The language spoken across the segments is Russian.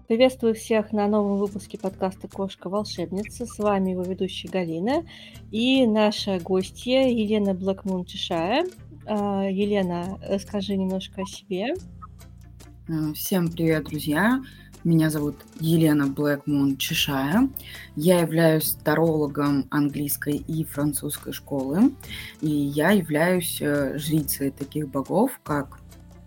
Приветствую всех на новом выпуске подкаста «Кошка-волшебница». С вами его ведущая Галина и наша гостья Елена Блэкмун-Чешая. Елена, расскажи немножко о себе. Всем привет, друзья! Меня зовут Елена Блэкмун-Чешая. Я являюсь тарологом английской и французской школы. И я являюсь жрицей таких богов, как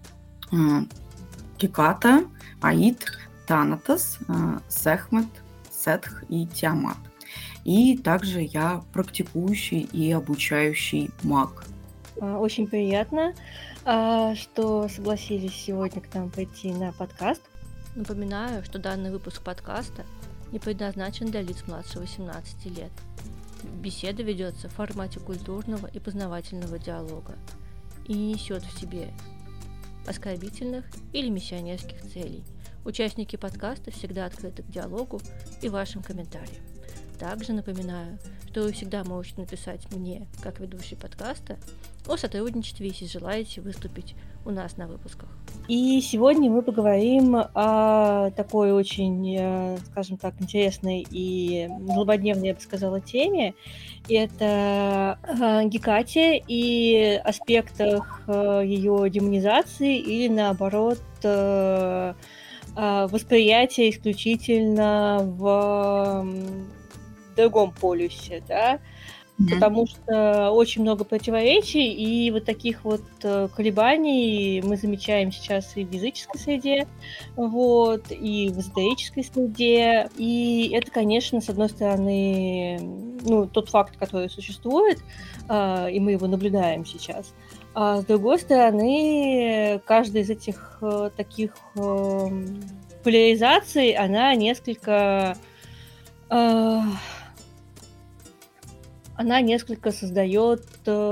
Геката, Аид, Танатос, Сехмет, Сетх и Тиамат. И также я практикующий и обучающий маг. Очень приятно, что согласились сегодня к нам пойти на подкаст. Напоминаю, что данный выпуск подкаста не предназначен для лиц младше 18 лет. Беседа ведется в формате культурного и познавательного диалога и не несет в себе оскорбительных или миссионерских целей. Участники подкаста всегда открыты к диалогу и вашим комментариям. Также напоминаю, что вы всегда можете написать мне, как ведущий подкаста, о сотрудничестве, если желаете выступить у нас на выпусках. И сегодня мы поговорим о такой очень, скажем так, интересной и злободневной, я бы сказала, теме. Это Гекате и аспектах ее демонизации или, наоборот, восприятия исключительно в другом полюсе, да, потому что очень много противоречий, и вот таких вот колебаний мы замечаем сейчас и в языческой среде, вот, и в эзотерической среде, и это, конечно, с одной стороны, тот факт, который существует, и мы его наблюдаем сейчас, а с другой стороны, каждая из этих таких поляризаций, она несколько создает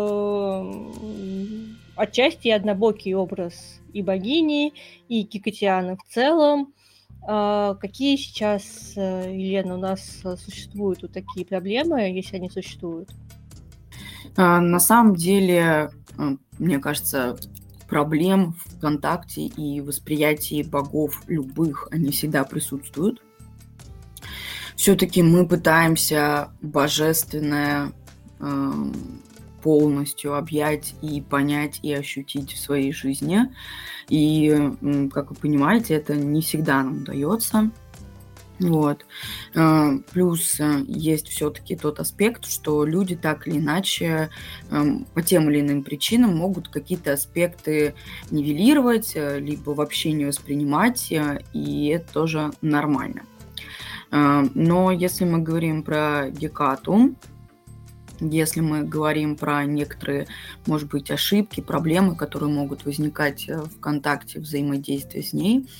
отчасти однобокий образ и богини, и Гекатианы в целом. Какие сейчас, Елена, у нас существуют вот такие проблемы, если они существуют? На самом деле, мне кажется, проблем в контакте и восприятии богов любых, они всегда присутствуют. Все-таки мы пытаемся божественное полностью объять и понять и ощутить в своей жизни. И, как вы понимаете, это не всегда нам удается. Вот. Плюс есть все-таки тот аспект, что люди так или иначе по тем или иным причинам могут какие-то аспекты нивелировать, либо вообще не воспринимать, и это тоже нормально. Но если мы говорим про Гекату, если мы говорим про некоторые, может быть, ошибки, проблемы, которые могут возникать в контакте, взаимодействии с ней,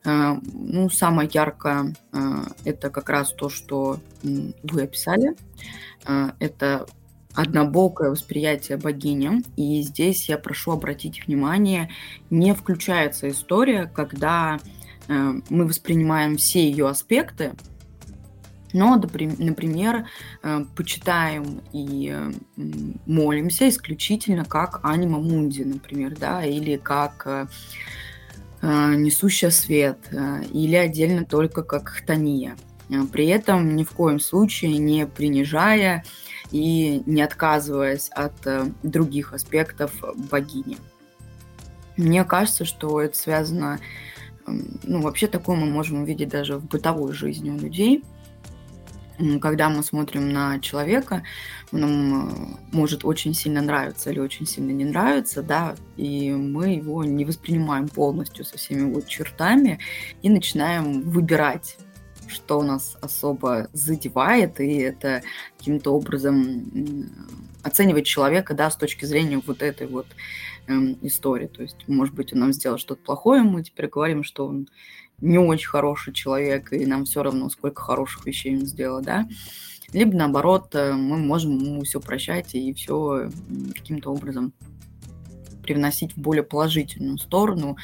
самое яркое это как раз то, что вы описали. Это однобокое восприятие богини. И здесь я прошу обратить внимание, не включается история, когда мы воспринимаем все ее аспекты, но, например, почитаем и молимся исключительно как анима мунди, например, да, или как несущая свет, или отдельно только как хтония. При этом ни в коем случае не принижая и не отказываясь от других аспектов богини. Мне кажется, что это связано, вообще такое мы можем увидеть даже в бытовой жизни у людей. Когда мы смотрим на человека, он нам может очень сильно нравиться или очень сильно не нравиться, да, и мы его не воспринимаем полностью со всеми его чертами и начинаем выбирать, что нас особо задевает, и это каким-то образом оценивать человека, да, с точки зрения вот этой вот истории. То есть, может быть, он нам сделал что-то плохое, мы теперь говорим, что он не очень хороший человек, и нам все равно, сколько хороших вещей он сделал, да. Либо, наоборот, мы можем ему все прощать и все каким-то образом привносить в более положительную сторону,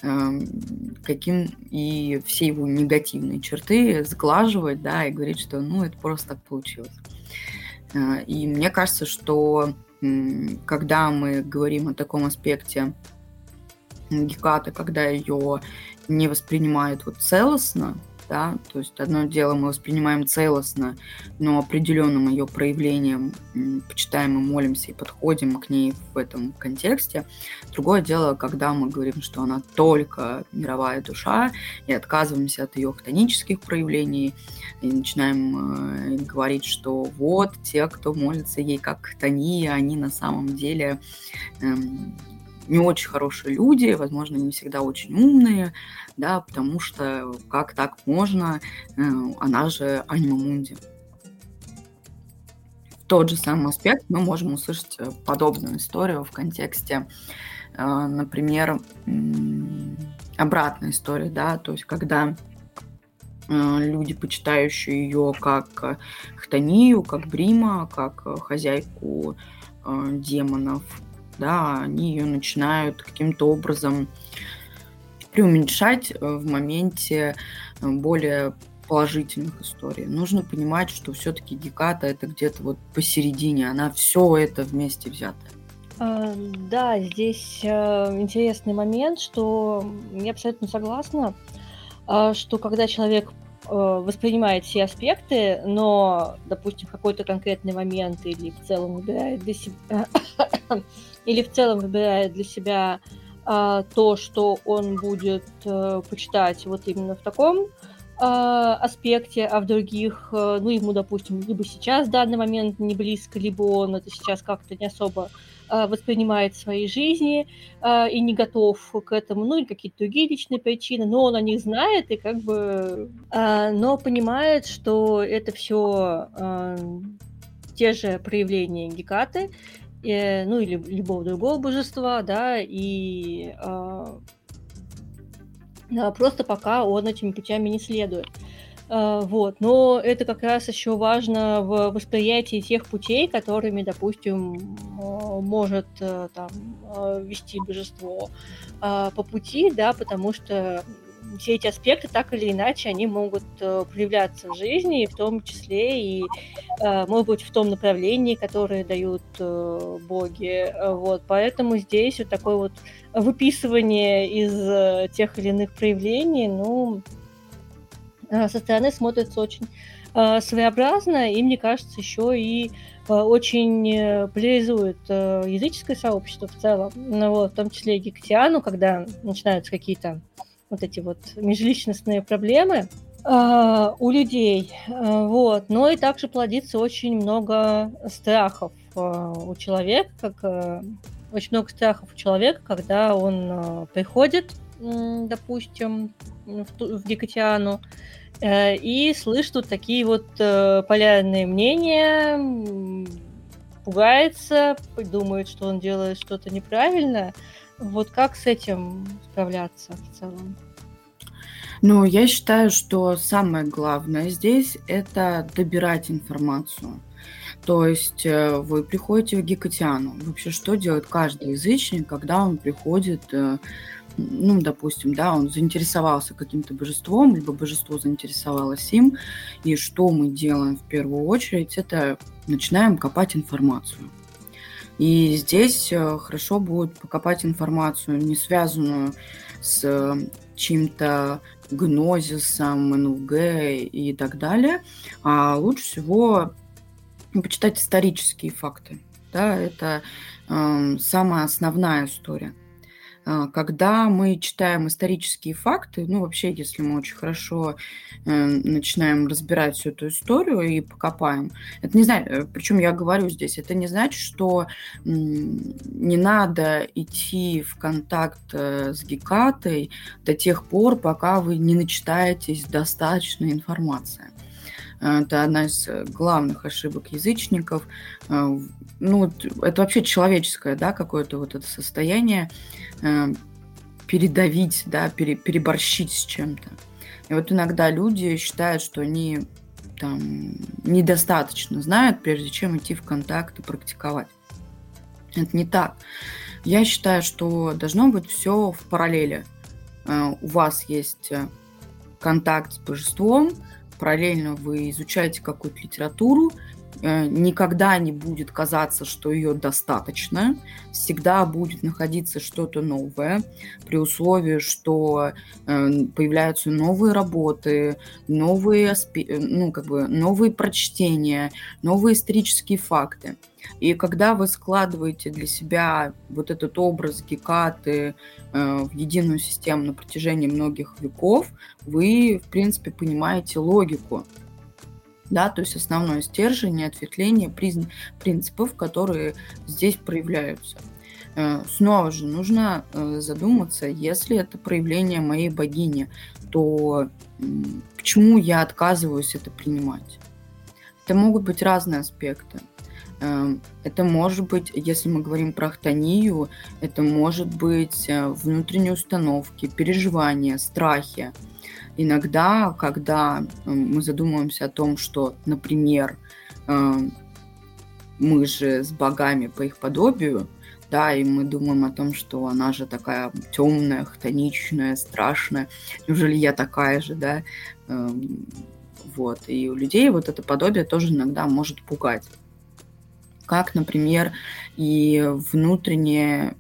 и все его негативные черты сглаживать, да, и говорить, что, это просто так получилось. И мне кажется, что когда мы говорим о таком аспекте Гекаты, когда ее не воспринимают вот целостно, да, то есть одно дело мы воспринимаем целостно, но определенным ее проявлением почитаем и молимся и подходим к ней в этом контексте. Другое дело, когда мы говорим, что она только мировая душа, и отказываемся от ее хтонических проявлений, и начинаем говорить, что вот те, кто молится ей как хтонии, они на самом деле не очень хорошие люди, возможно, не всегда очень умные, да, потому что как так можно, она же анима мунди. В тот же самый аспект мы можем услышать подобную историю в контексте, например, обратной истории, да, то есть когда люди, почитающие ее как хтонию, как Брима, как хозяйку демонов, да, они ее начинают каким-то образом преуменьшать в моменте более положительных историй. Нужно понимать, что все-таки Геката это где-то вот посередине, она все это вместе взята. Да, здесь интересный момент, что я абсолютно согласна, что когда человек воспринимает все аспекты, но, допустим, в какой-то конкретный момент или в целом выбирает для себя то, что он будет почитать вот именно в таком аспекте, а в других, ну, ему, допустим, либо сейчас в данный момент не близко, либо он это сейчас как-то не особо воспринимает в своей жизни и не готов к этому, ну, или какие-то другие личные причины, но он о них знает и как бы, но понимает, что это все те же проявления Гекаты, ну, или любого другого божества, да, и просто пока он этими путями не следует. Вот. Но это как раз еще важно в восприятии тех путей, которыми, допустим, может там вести божество по пути, да, потому что все эти аспекты, так или иначе, они могут проявляться в жизни, в том числе и, может быть, в том направлении, которое дают боги. Вот. Поэтому здесь вот такое вот выписывание из тех или иных проявлений, ну, со стороны смотрится очень своеобразно, и, мне кажется, еще и очень поляризует языческое сообщество в целом, ну, вот, в том числе и гекатиану, когда начинаются какие-то вот эти вот межличностные проблемы у людей, вот, но и также плодится очень много страхов у человека, очень много страхов у человека, когда он приходит, допустим, в гекатиану, и слышит вот такие вот полярные мнения, пугается, думает, что он делает что-то неправильно. Вот как с этим справляться в целом? Ну, я считаю, что самое главное здесь – это добирать информацию. То есть вы приходите в гекатиану. Вообще, что делает каждый язычник, когда он приходит, ну, допустим, да, он заинтересовался каким-то божеством, либо божество заинтересовалось им, и что мы делаем в первую очередь, это начинаем копать информацию. И здесь хорошо будет покопать информацию, не связанную с чьим-то гнозисом, НУГ и так далее, а лучше всего почитать исторические факты. Да, это самая основная история. Когда мы читаем исторические факты, ну, вообще, если мы очень хорошо начинаем разбирать всю эту историю и покопаем, это не значит, причем я говорю здесь, это не значит, что не надо идти в контакт с Гекатой до тех пор, пока вы не начитаетесь достаточной информации. Это одна из главных ошибок язычников. Ну, это вообще человеческое, да, какое-то вот это состояние передавить, да, переборщить с чем-то. И вот иногда люди считают, что они там недостаточно знают, прежде чем идти в контакт и практиковать. Это не так. Я считаю, что должно быть все в параллели. У вас есть контакт с божеством, параллельно вы изучаете какую-то литературу, никогда не будет казаться, что ее достаточно, всегда будет находиться что-то новое, при условии, что появляются новые работы, новые, новые прочтения, новые исторические факты. И когда вы складываете для себя вот этот образ Гекаты в единую систему на протяжении многих веков, вы, в принципе, понимаете логику. Да, то есть основной стержень и ответвление принципов, которые здесь проявляются. Снова же нужно задуматься, если это проявление моей богини, то почему я отказываюсь это принимать? Это могут быть разные аспекты. Это может быть, если мы говорим про хтонию, это может быть внутренние установки, переживания, страхи. Иногда, когда мы задумываемся о том, что, например, мы же с богами по их подобию, да, и мы думаем о том, что она же такая темная, хтоничная, страшная, неужели я такая же, да, вот, и у людей вот это подобие тоже иногда может пугать. Как, например, и внутреннее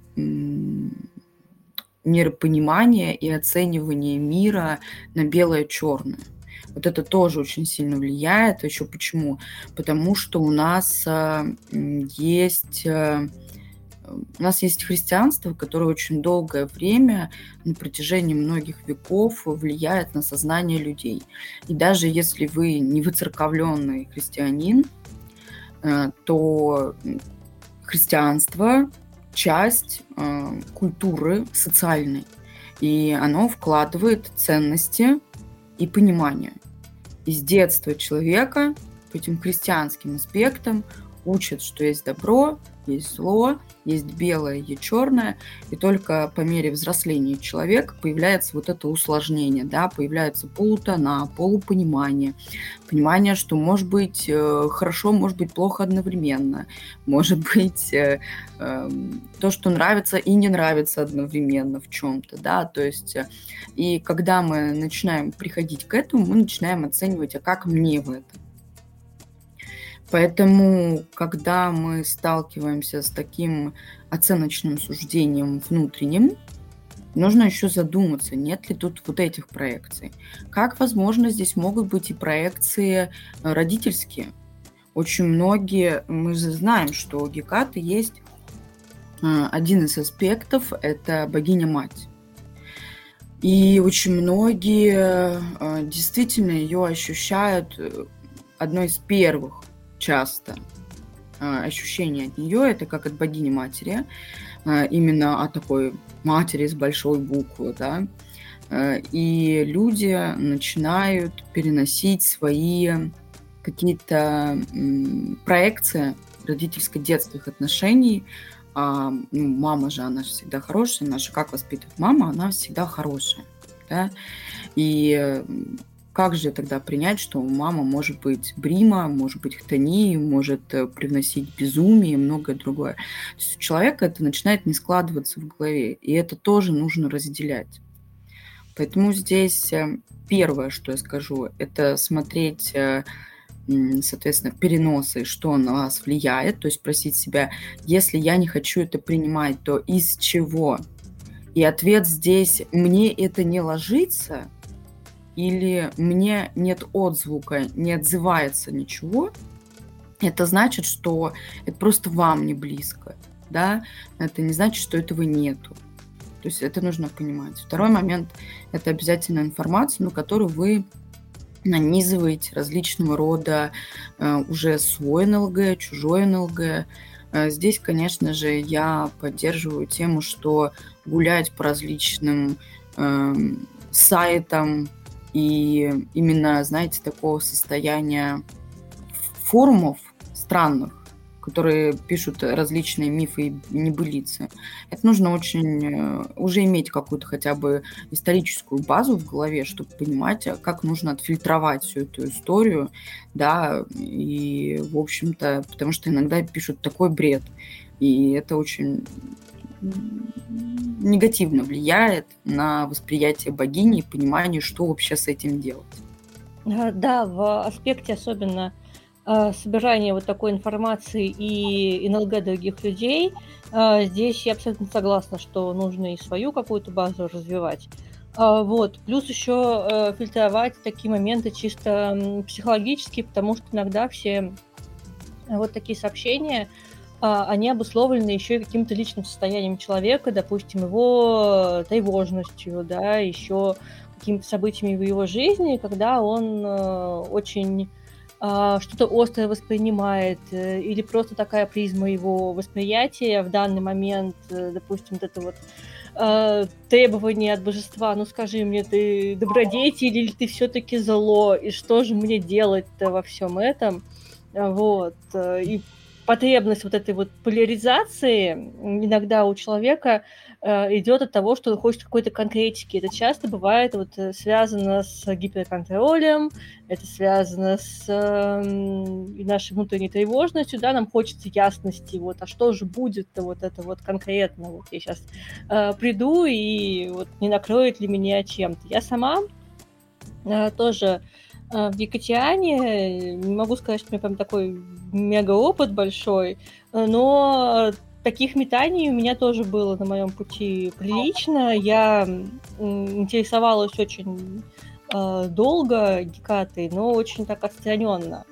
миропонимание и оценивание мира на белое-черное. Вот это тоже очень сильно влияет. Еще почему? Потому что у нас есть христианство, которое очень долгое время, на протяжении многих веков, влияет на сознание людей. И даже если вы не выцерковленный христианин, то христианство часть культуры социальной, и оно вкладывает ценности и понимание. И с детства человека по этим христианским аспектам учат, что есть добро, есть зло, есть белое, есть черное, и только по мере взросления человека появляется вот это усложнение, да, появляется полутона, полупонимание, понимание, что может быть хорошо, может быть плохо одновременно, может быть то, что нравится и не нравится одновременно в чем-то, да, то есть и когда мы начинаем приходить к этому, мы начинаем оценивать, а как мне в этом. Поэтому, когда мы сталкиваемся с таким оценочным суждением внутренним, нужно еще задуматься, нет ли тут вот этих проекций. Как, возможно, здесь могут быть и проекции родительские. Очень многие, мы же знаем, что у Гекаты есть один из аспектов – это богиня-мать. И очень многие действительно ее ощущают одной из первых часто ощущение от нее это как от богини-матери, именно от такой матери с большой буквы, да, и люди начинают переносить свои какие-то проекции родительско-детских отношений. Мама же, она же всегда хорошая, она же как воспитывает мама, она всегда хорошая, да, и как же тогда принять, что мама может быть брима, может быть хтонией, может привносить безумие и многое другое. То есть у человека это начинает не складываться в голове, и это тоже нужно разделять. Поэтому здесь первое, что я скажу, это смотреть, соответственно, переносы, что на вас влияет, то есть спросить себя, если я не хочу это принимать, то из чего? И ответ здесь, мне это не ложится, или мне нет отзвука, не отзывается ничего, это значит, что это просто вам не близко, да, это не значит, что этого нету. То есть это нужно понимать. Второй момент – это обязательно информация, на которую вы нанизываете различного рода уже свой НЛГ, чужой НЛГ. Здесь, конечно же, я поддерживаю тему, что гулять по различным сайтам, и именно, знаете, такого состояния форумов странных, которые пишут различные мифы и небылицы, это нужно очень уже иметь какую-то хотя бы историческую базу в голове, чтобы понимать, как нужно отфильтровать всю эту историю, да, и, в общем-то, потому что иногда пишут такой бред, и это очень негативно влияет на восприятие богини и понимание, что вообще с этим делать. Да, в аспекте особенно собирания вот такой информации и НЛГ других людей, здесь я абсолютно согласна, что нужно и свою какую-то базу развивать. Вот. Плюс еще фильтровать такие моменты чисто психологические, потому что иногда все вот такие сообщения, они обусловлены еще и каким-то личным состоянием человека, допустим, его тревожностью, да, еще какими-то событиями в его жизни, когда он очень что-то острое воспринимает, или просто такая призма его восприятия в данный момент, допустим, вот это вот требование от божества, ну скажи мне, ты добродетель или ты все-таки зло, и что же мне делать-то во всем этом? Вот. И потребность вот этой вот поляризации иногда у человека идет от того, что он хочет какой-то конкретики. Это часто бывает вот связано с гиперконтролем, это связано с нашей внутренней тревожностью, да, нам хочется ясности, вот, а что же будет-то вот это вот конкретно, вот я сейчас приду и вот не накроет ли меня чем-то. Я сама тоже в Якутиане, не могу сказать, что у меня прям такой мега-опыт большой, но таких метаний у меня тоже было на моем пути прилично. Я интересовалась очень долго Гекатой, но очень так отстраненно.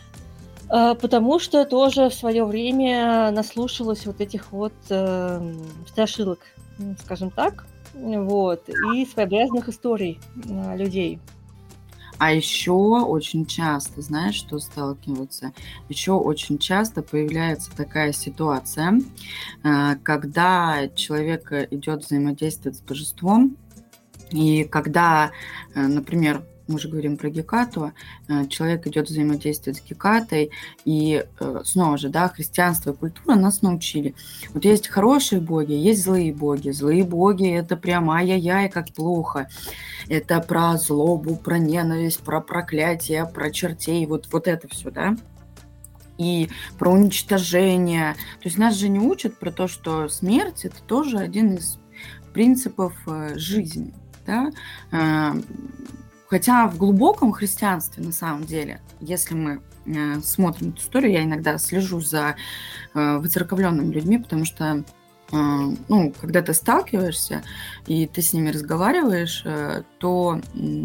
Потому что тоже в свое время наслушалась вот этих вот страшилок, скажем так, вот, и своеобразных историй людей. А еще очень часто, знаешь, что сталкиваются? Еще очень часто появляется такая ситуация, когда человек идет взаимодействовать с божеством, и когда, например, мы же говорим про Гекату, человек идет взаимодействовать с Гекатой, и снова же, да, христианство и культура нас научили. Вот есть хорошие боги, есть злые боги. Злые боги – это прям ай-яй-яй, как плохо. Это про злобу, про ненависть, про проклятие, про чертей, вот это все, да? И про уничтожение. То есть нас же не учат про то, что смерть – это тоже один из принципов жизни, да? Хотя в глубоком христианстве, на самом деле, если мы смотрим эту историю, я иногда слежу за выцерковленными людьми, потому что, когда ты сталкиваешься и ты с ними разговариваешь, то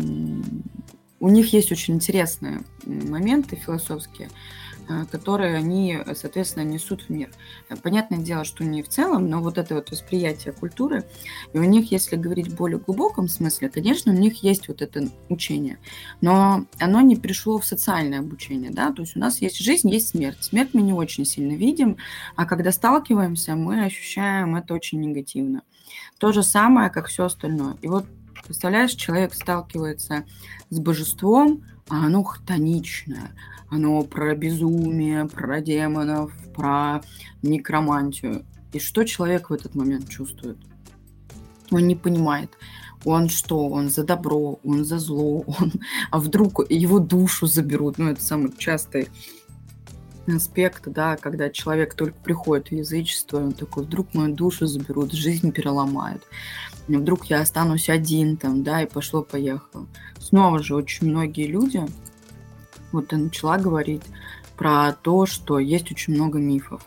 у них есть очень интересные моменты философские, которые они, соответственно, несут в мир. Понятное дело, что не в целом, но вот это вот восприятие культуры, и у них, если говорить в более глубоком смысле, конечно, у них есть вот это учение, но оно не пришло в социальное обучение, да, то есть у нас есть жизнь, есть смерть. Смерть мы не очень сильно видим, а когда сталкиваемся, мы ощущаем это очень негативно. То же самое, как все остальное. И вот, представляешь, человек сталкивается с божеством, а оно хтоничное, оно про безумие, про демонов, про некромантию. И что человек в этот момент чувствует? Он не понимает. Он что? Он за добро, он за зло, а вдруг его душу заберут? Это самый частый аспект, да, когда человек только приходит в язычество, он такой, вдруг мою душу заберут, жизнь переломают. Вдруг я останусь один там, да, и пошло-поехало. Снова же очень многие люди, вот я начала говорить про то, что есть очень много мифов.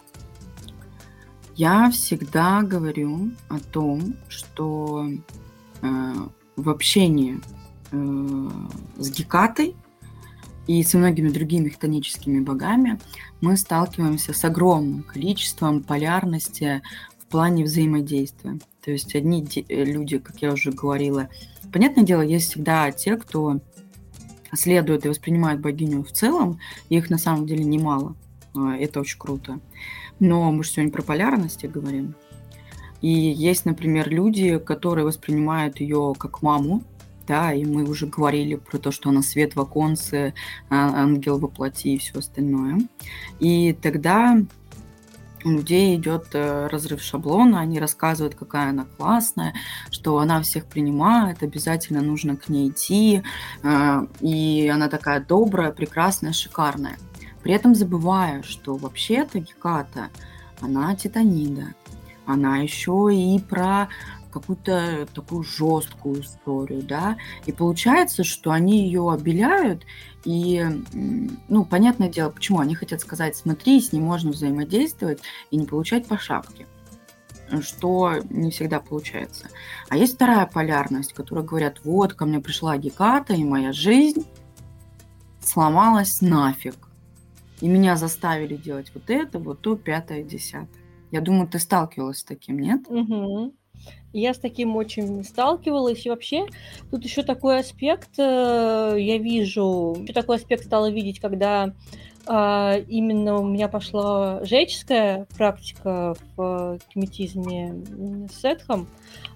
Я всегда говорю о том, что в общении с Гекатой и со многими другими хтоническими богами мы сталкиваемся с огромным количеством полярности в плане взаимодействия. То есть одни люди, как я уже говорила, понятное дело, есть всегда те, кто следует и воспринимает богиню в целом, их на самом деле немало. Это очень круто. Но мы же сегодня про полярности говорим. И есть, например, люди, которые воспринимают ее как маму, да, и мы уже говорили про то, что она свет в оконце, ангел во плоти и все остальное. И тогда у людей идет разрыв шаблона, они рассказывают, какая она классная, что она всех принимает, обязательно нужно к ней идти, и она такая добрая, прекрасная, шикарная. При этом забывая, что вообще-то Геката, она титанида, она еще и про какую-то такую жесткую историю, да, и получается, что они ее обеляют, и, ну, понятное дело, почему они хотят сказать: смотри, с ним можно взаимодействовать и не получать по шапке, что не всегда получается. А есть вторая полярность, которая говорят: вот, ко мне пришла Геката, и моя жизнь сломалась нафиг. И меня заставили делать вот это, вот то, 5, 10. Я думаю, ты сталкивалась с таким, нет? Мгм. Я с таким очень сталкивалась. И вообще, тут еще такой аспект я вижу, еще такой аспект стала видеть, когда именно у меня пошла жреческая практика в kemetisme с сетхом.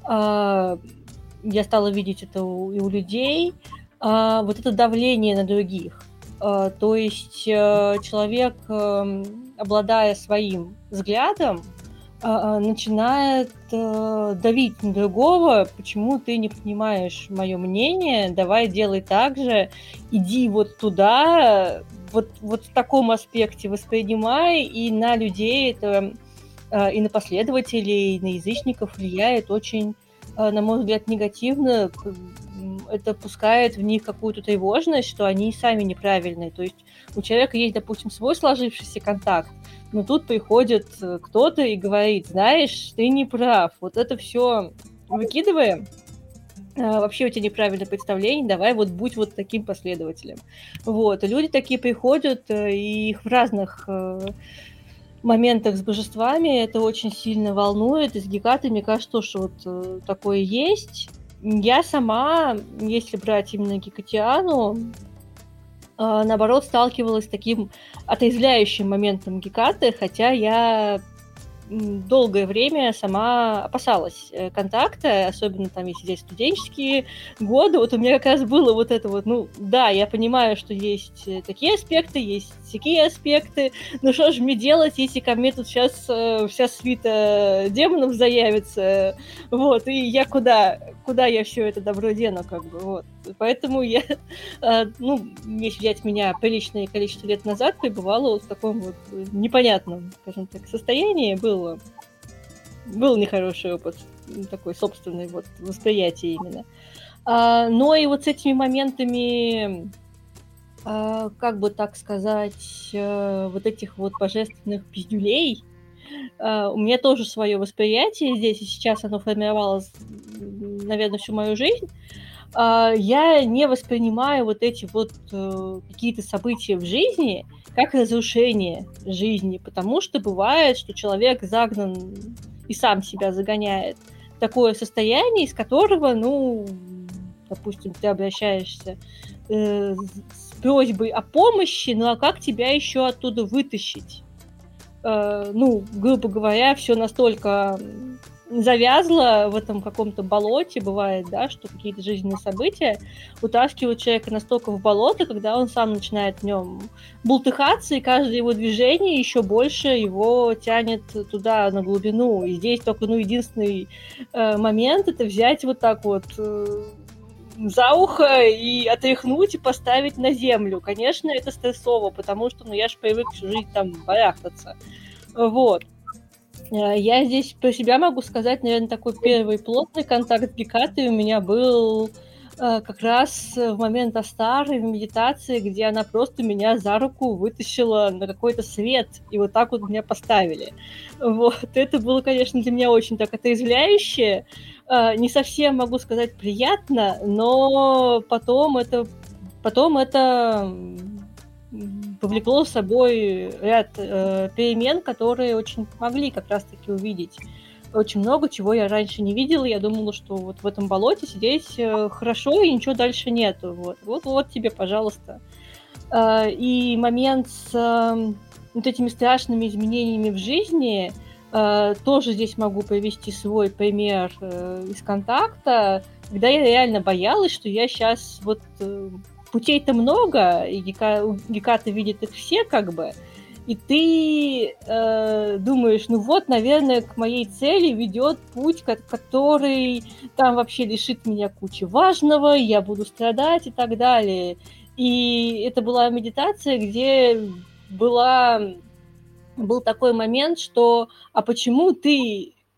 Я стала видеть это и у людей, вот это давление на других. То есть человек, обладая своим взглядом, начинает давить на другого: почему ты не понимаешь мое мнение, давай делай так же, иди вот туда, вот в таком аспекте воспринимай, и на людей это, и на последователей, и на язычников влияет очень, на мой взгляд, негативно. Это пускает в них какую-то тревожность, что они сами неправильные. То есть у человека есть, допустим, свой сложившийся контакт, но тут приходит кто-то и говорит: знаешь, ты не прав, вот это все выкидываем, вообще у тебя неправильное представление, давай вот будь вот таким последователем. Вот, и люди такие приходят, и их в разных моментах с божествами это очень сильно волнует, и с Гекатой, мне кажется, тоже вот такое есть. Я сама, если брать именно Гекатиану, наоборот, сталкивалась с таким отрезвляющим моментом Гекаты, хотя я долгое время сама опасалась контакта, особенно там, если взять студенческие годы. Вот у меня как раз было вот это вот, ну, да, я понимаю, что есть такие аспекты, есть такие аспекты, но что же мне делать, если ко мне тут сейчас вся свита демонов заявится, вот, и я куда я все это добро дену, как бы, вот. Поэтому я, ну, если взять меня приличное количество лет назад, пребывала вот в таком вот непонятном, скажем так, состоянии. Был нехороший опыт, такой собственный вот восприятие именно. Но и вот с этими моментами, как бы так сказать, вот этих вот божественных пиздюлей, у меня тоже свое восприятие здесь, и сейчас оно формировалось, наверное, всю мою жизнь. Я не воспринимаю вот эти вот какие-то события в жизни как разрушение жизни, потому что бывает, что человек загнан и сам себя загоняет в такое состояние, из которого, ну, допустим, ты обращаешься с просьбой о помощи, ну а как тебя еще оттуда вытащить? Ну, грубо говоря, все настолько завязла в этом каком-то болоте, бывает, да, что какие-то жизненные события утаскивают человека настолько в болото, когда он сам начинает в нем бултыхаться, и каждое его движение еще больше его тянет туда, на глубину. И здесь только, ну, единственный момент — это взять вот так вот за ухо и отряхнуть, и поставить на землю. Конечно, это стрессово, потому что, ну, я же привык всю жизнь там барахтаться. Вот. Я здесь про себя могу сказать, наверное, такой первый плотный контакт с Гекатой у меня был как раз в момент Астары, в медитации, где она просто меня за руку вытащила на какой-то свет, и вот так вот меня поставили. Вот. Это было, конечно, для меня очень так отрезвляюще. Не совсем, могу сказать, приятно, но потом это повлекло с собой ряд перемен, которые очень помогли как раз-таки увидеть очень много, чего я раньше не видела. Я думала, что вот в этом болоте сидеть хорошо, и ничего дальше нету. Вот тебе, пожалуйста. И момент с вот этими страшными изменениями в жизни, тоже здесь могу привести свой пример из контакта, когда я реально боялась, что я сейчас вот... Путей-то много, и Геката видит их все, как бы, и ты думаешь, ну вот, наверное, к моей цели ведет путь, который там вообще лишит меня кучи важного, я буду страдать и так далее. И это была медитация, где был такой момент, что а почему ты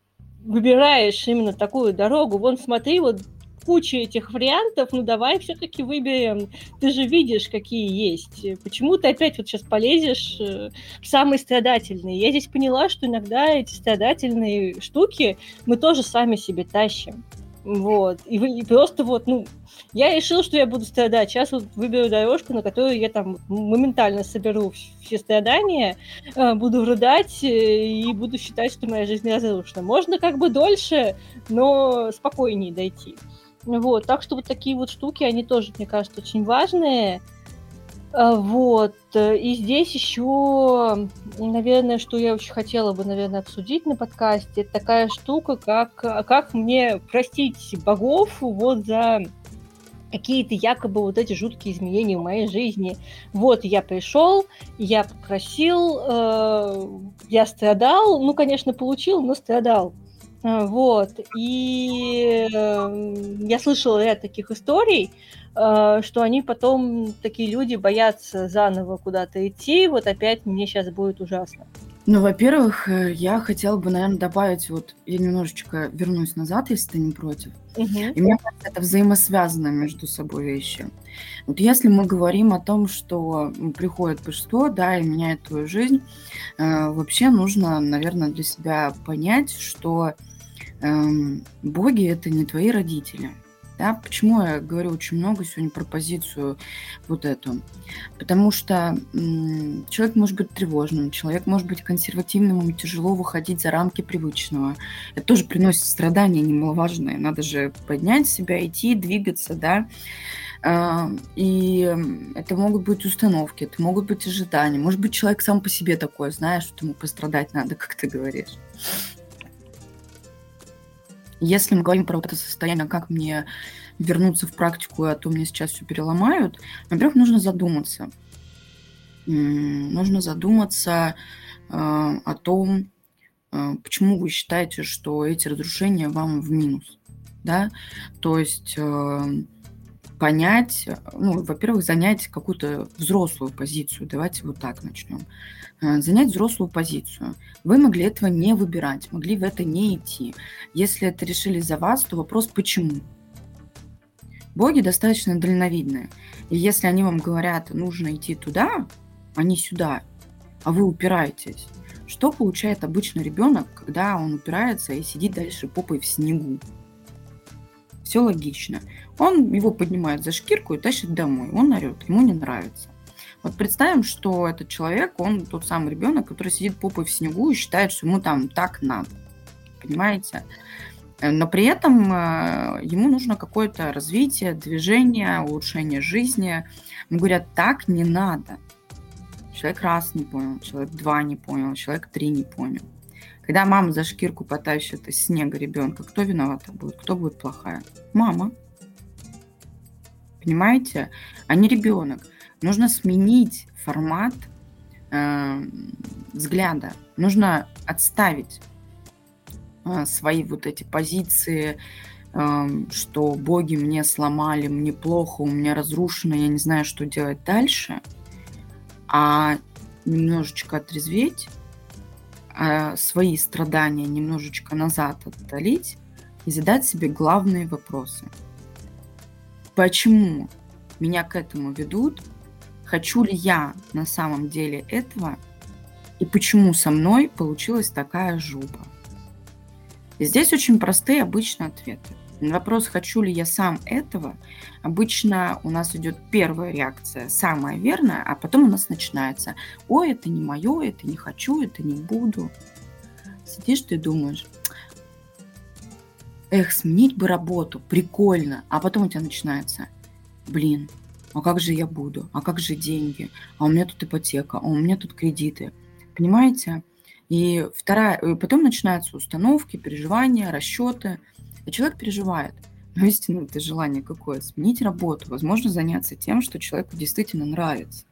выбираешь именно такую дорогу, вон смотри, вот куча этих вариантов, ну давай все-таки выберем. Ты же видишь, какие есть. Почему ты опять вот сейчас полезешь в самые страдательные? Я здесь поняла, что иногда эти страдательные штуки мы тоже сами себе тащим. Вот. И просто вот, ну, я решила, что я буду страдать. Сейчас вот выберу дорожку, на которую я там моментально соберу все страдания, буду рыдать и буду считать, что моя жизнь разрушена. Можно как бы дольше, но спокойнее дойти. Вот, так что вот такие вот штуки, они тоже, мне кажется, очень важные. Вот, и здесь еще, наверное, что я очень хотела бы, наверное, обсудить на подкасте, это такая штука, как мне простить богов вот за какие-то якобы вот эти жуткие изменения в моей жизни. Вот, я пришел, я попросил, я страдал, ну, конечно, получил, но страдал. Вот, и я слышала ряд таких историй, что они потом, такие люди, боятся заново куда-то идти, вот опять мне сейчас будет ужасно. Ну, во-первых, я хотела бы, наверное, добавить, вот я немножечко вернусь назад, если ты не против. И мне кажется, это взаимосвязаны между собой вещи. Вот если мы говорим о том, что приходит божество, да, и меняет твою жизнь, вообще нужно, наверное, для себя понять, что боги – это не твои родители. Да? Почему я говорю очень много сегодня про позицию вот эту? Потому что человек может быть тревожным, человек может быть консервативным, ему тяжело выходить за рамки привычного. Это тоже приносит страдания немаловажные. Надо же поднять себя, идти, двигаться, да. И это могут быть установки, это могут быть ожидания. Может быть, человек сам по себе такой, знаешь, что ему пострадать надо, как ты говоришь. Если мы говорим про вот это состояние, как мне вернуться в практику, а то мне сейчас все переломают, во-первых, нужно задуматься. Нужно задуматься о том, почему вы считаете, что эти разрушения вам в минус. Да? То есть понять, ну, во-первых, занять какую-то взрослую позицию. Давайте вот так начнем. Занять взрослую позицию. Вы могли этого не выбирать, могли в это не идти. Если это решили за вас, то вопрос почему? Боги достаточно дальновидные. И если они вам говорят, нужно идти туда, а не сюда, а вы упираетесь, что получает обычный ребенок, когда он упирается и сидит дальше попой в снегу? Все логично. Он его поднимает за шкирку и тащит домой. Он орет, ему не нравится. Вот представим, что этот человек, он тот самый ребенок, который сидит попой в снегу и считает, что ему там так надо. Понимаете? Но при этом ему нужно какое-то развитие, движение, улучшение жизни. Ему говорят, так не надо. Человек раз не понял, человек два не понял, человек три не понял. Когда мама за шкирку потащит из снега ребенка, кто виновата будет? Кто будет плохая? Мама. Понимаете? А не ребенок. Нужно сменить формат взгляда. Нужно отставить свои вот эти позиции, что боги мне сломали, мне плохо, у меня разрушено, я не знаю, что делать дальше, а немножечко отрезветь, свои страдания немножечко назад отдалить и задать себе главные вопросы. Почему меня к этому ведут? Хочу ли я на самом деле этого? И почему со мной получилась такая жопа? И здесь очень простые обычные ответы. На вопрос, хочу ли я сам этого, обычно у нас идет первая реакция, самая верная, а потом у нас начинается, ой, это не мое, это не хочу, это не буду. Сидишь ты и думаешь, эх, сменить бы работу, прикольно. А потом у тебя начинается, блин, а как же я буду, а как же деньги, а у меня тут ипотека, а у меня тут кредиты. Понимаете? И потом начинаются установки, переживания, расчеты. И человек переживает. Но истинно это желание какое? Сменить работу, возможно, заняться тем, что человеку действительно нравится.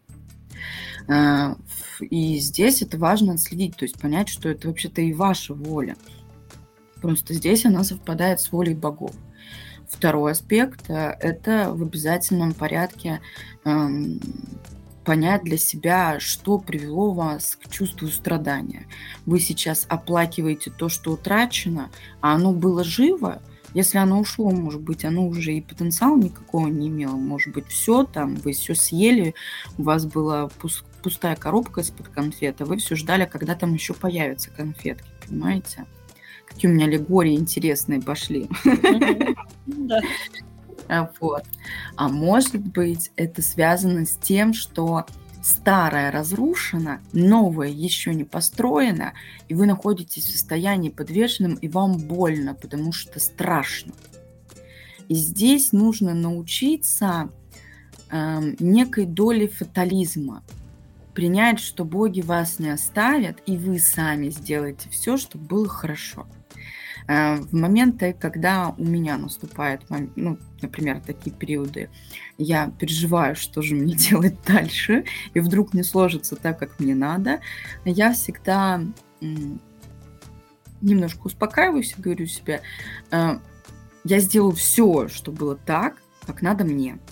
И здесь это важно отследить, то есть понять, что это вообще-то и ваша воля. Просто здесь она совпадает с волей богов. Второй аспект – это в обязательном порядке понять для себя, что привело вас к чувству страдания. Вы сейчас оплакиваете то, что утрачено, а оно было живо. Если оно ушло, может быть, оно уже и потенциала никакого не имело. Может быть, все там, вы все съели, у вас была пустая коробка из-под конфет, а вы все ждали, когда там еще появятся конфетки, понимаете? Какие у меня аллегории интересные пошли. Да. Вот. А может быть, это связано с тем, что старое разрушено, новое еще не построено, и вы находитесь в состоянии подвешенном, и вам больно, потому что страшно. И здесь нужно научиться некой доле фатализма, принять, что боги вас не оставят, и вы сами сделаете все, чтобы было хорошо. В моменты, когда у меня наступает, например, такие периоды, я переживаю, что же мне делать дальше, и вдруг не сложится так, как мне надо, я всегда немножко успокаиваюсь и говорю себе, я сделаю все, чтобы было так, как надо мне.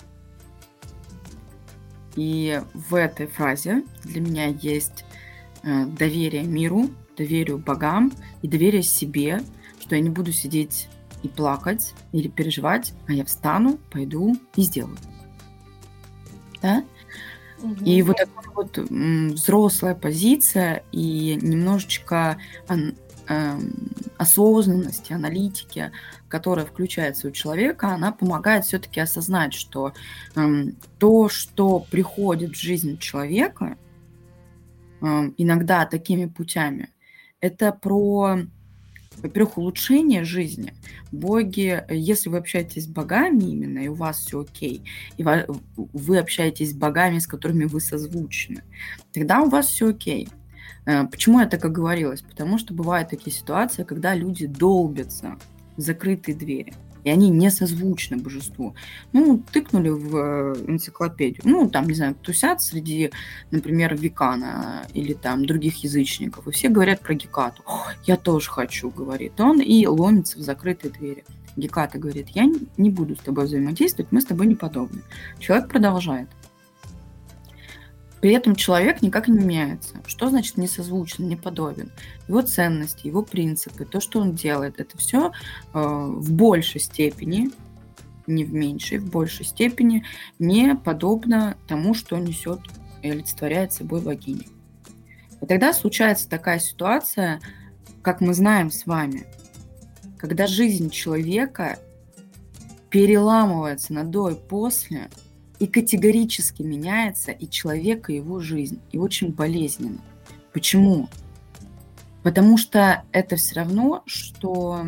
И в этой фразе для меня есть доверие миру, доверие богам и доверие себе, что я не буду сидеть и плакать или переживать, а я встану, пойду и сделаю. Да? И вот такая вот взрослая позиция и немножечко осознанности, аналитики, которая включается у человека, она помогает все-таки осознать, что то, что приходит в жизнь человека, иногда такими путями, это про, во-первых, улучшение жизни. Боги, если вы общаетесь с богами именно, и у вас все окей, и вы общаетесь с богами, с которыми вы созвучны, тогда у вас все окей. Почему я так оговорилась? Потому что бывают такие ситуации, когда люди долбятся в закрытые двери, и они не созвучны божеству. Тыкнули в энциклопедию, там, не знаю, тусят среди, например, Викана или там других язычников, и все говорят про Гекату. Я тоже хочу, говорит он, и ломится в закрытые двери. Геката говорит, я не буду с тобой взаимодействовать, мы с тобой не подобны. Человек продолжает. При этом человек никак не меняется. Что значит несозвучен, не подобен? Его ценности, его принципы, то, что он делает, это все в большей степени, не в меньшей, в большей степени не подобно тому, что несет и олицетворяет собой богиня. И тогда случается такая ситуация, как мы знаем с вами, когда жизнь человека переламывается на до и после, и категорически меняется и человек, и его жизнь. И очень болезненно. Почему? Потому что это все равно, что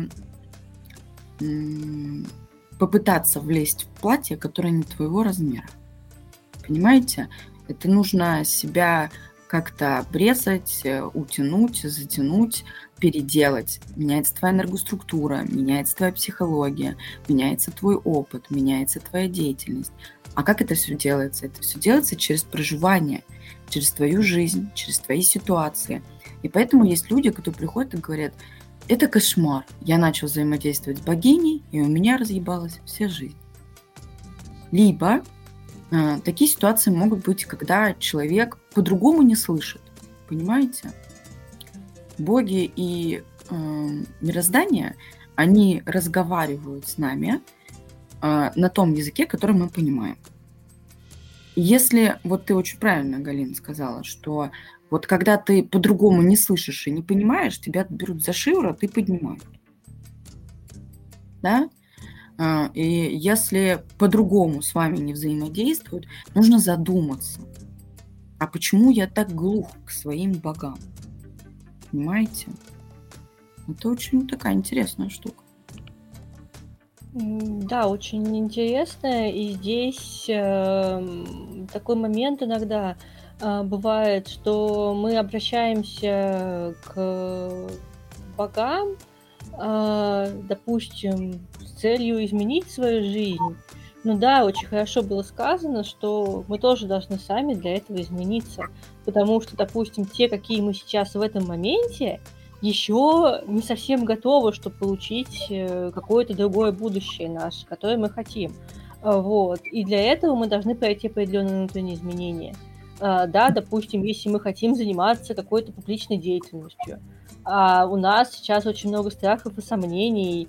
попытаться влезть в платье, которое не твоего размера. Понимаете? Это нужно себя как-то обрезать, утянуть, затянуть, переделать. Меняется твоя энергоструктура, меняется твоя психология, меняется твой опыт, меняется твоя деятельность. А как это все делается? Это все делается через проживание, через твою жизнь, через твои ситуации. И поэтому есть люди, которые приходят и говорят, это кошмар. Я начал взаимодействовать с богиней, и у меня разъебалась вся жизнь. Либо такие ситуации могут быть, когда человек по-другому не слышит. Понимаете? Боги и мироздание, они разговаривают с нами на том языке, который мы понимаем. Если, вот ты очень правильно, Галина, сказала, что вот когда ты по-другому не слышишь и не понимаешь, тебя берут за шиворот и поднимают. Да? И если по-другому с вами не взаимодействуют, нужно задуматься, а почему я так глух к своим богам? Понимаете? Это очень такая интересная штука. Да, очень интересно. И здесь такой момент иногда бывает, что мы обращаемся к богам, допустим, с целью изменить свою жизнь. Ну да, очень хорошо было сказано, что мы тоже должны сами для этого измениться. Потому что, допустим, те, какие мы сейчас в этом моменте, еще не совсем готовы, чтобы получить какое-то другое будущее наше, которое мы хотим. Вот. И для этого мы должны пройти определенные внутренние изменения. Да, допустим, если мы хотим заниматься какой-то публичной деятельностью, а у нас сейчас очень много страхов и сомнений,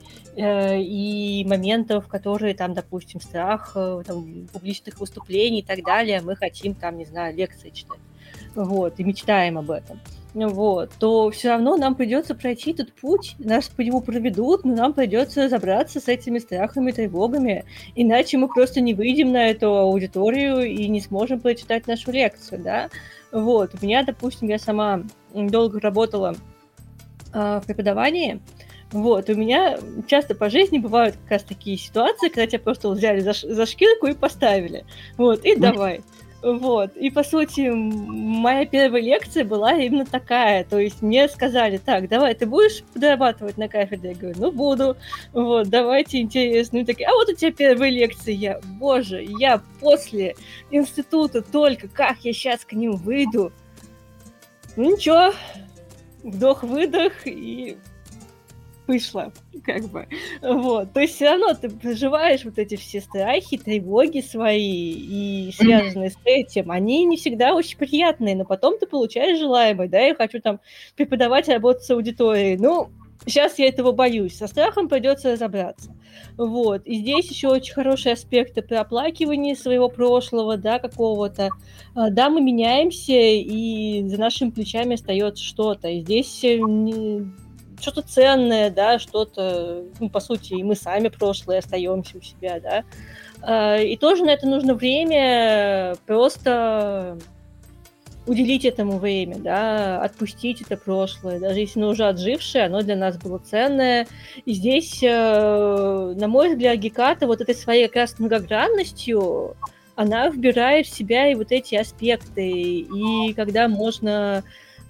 и моментов, которые там, допустим, страх там, публичных выступлений и так далее, мы хотим там, не знаю, лекции читать, вот, и мечтаем об этом. Вот, то все равно нам придется пройти этот путь, нас по нему проведут, но нам придется разобраться с этими страхами, тревогами, иначе мы просто не выйдем на эту аудиторию и не сможем прочитать нашу лекцию, да. Вот, у меня, допустим, я сама долго работала в преподавании, вот, у меня часто по жизни бывают как раз такие ситуации, когда тебя просто взяли за шкирку и поставили, вот, и давай. Вот, и по сути моя первая лекция была именно такая, то есть мне сказали: так, давай, ты будешь подрабатывать на кафедре? Я говорю: ну, буду, вот, давайте, интересно. И такие: а вот у тебя первая лекция. Я: боже, я после института только, как я сейчас к ним выйду? Ну, ничего, вдох-выдох и вышла, как бы, вот, то есть все равно ты проживаешь вот эти все страхи, тревоги свои и связанные с этим, они не всегда очень приятные, но потом ты получаешь желаемое, да, я хочу там преподавать, работать с аудиторией, ну, сейчас я этого боюсь, со страхом придется разобраться, вот, и здесь еще очень хорошие аспекты при оплакивании своего прошлого, да, какого-то, да, мы меняемся, и за нашими плечами остается что-то, и здесь что-то ценное, да, что-то, ну, по сути, и мы сами прошлое остаемся у себя, да. И тоже на это нужно время, просто уделить этому время, да, отпустить это прошлое, даже если оно уже отжившее, оно для нас было ценное. И здесь, на мой взгляд, Геката вот этой своей как раз многогранностью, она вбирает в себя и вот эти аспекты, и когда можно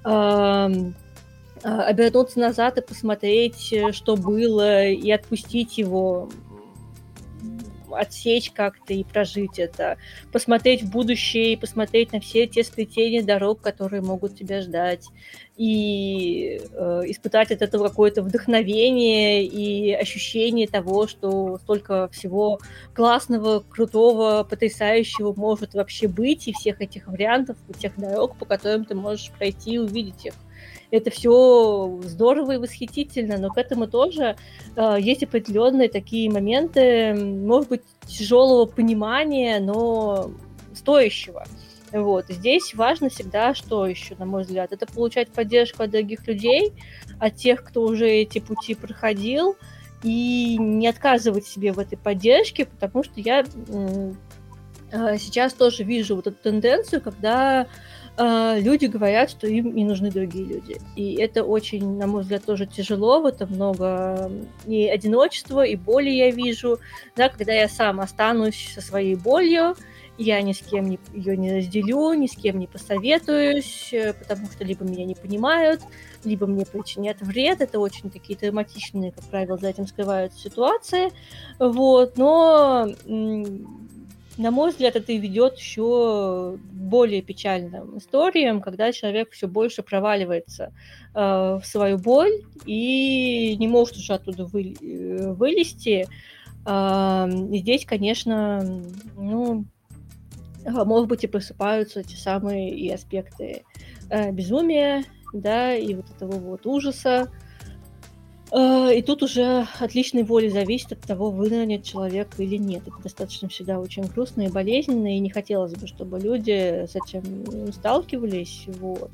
обернуться назад и посмотреть, что было, и отпустить его, отсечь как-то и прожить это, посмотреть в будущее и посмотреть на все те сплетения дорог, которые могут тебя ждать, и испытать от этого какое-то вдохновение и ощущение того, что столько всего классного, крутого, потрясающего может вообще быть, и всех этих вариантов, тех дорог, по которым ты можешь пройти и увидеть их. Это все здорово и восхитительно, но к этому тоже есть определенные такие моменты, может быть, тяжелого понимания, но стоящего. Вот. И здесь важно всегда, что еще, на мой взгляд, это получать поддержку от других людей, от тех, кто уже эти пути проходил, и не отказывать себе в этой поддержке, потому что я сейчас тоже вижу вот эту тенденцию, когда люди говорят, что им не нужны другие люди. И это очень, на мой взгляд, тоже тяжело. В этом много и одиночества, и боли я вижу. Да, когда я сам останусь со своей болью, я ни с кем ее не разделю, ни с кем не посоветуюсь, потому что либо меня не понимают, либо мне причинят вред. Это очень такие травматичные, как правило, за этим скрываются ситуации. Вот. Но на мой взгляд, это и ведет еще к более печальным историям, когда человек все больше проваливается в свою боль и не может уже оттуда вылезти. И здесь, конечно, ну, может быть, и просыпаются те самые и аспекты безумия, да, и вот этого вот ужаса. И тут уже от личной воли зависит от того, вынырнет человек или нет. Это достаточно всегда очень грустно и болезненно, и не хотелось бы, чтобы люди с этим сталкивались. Вот.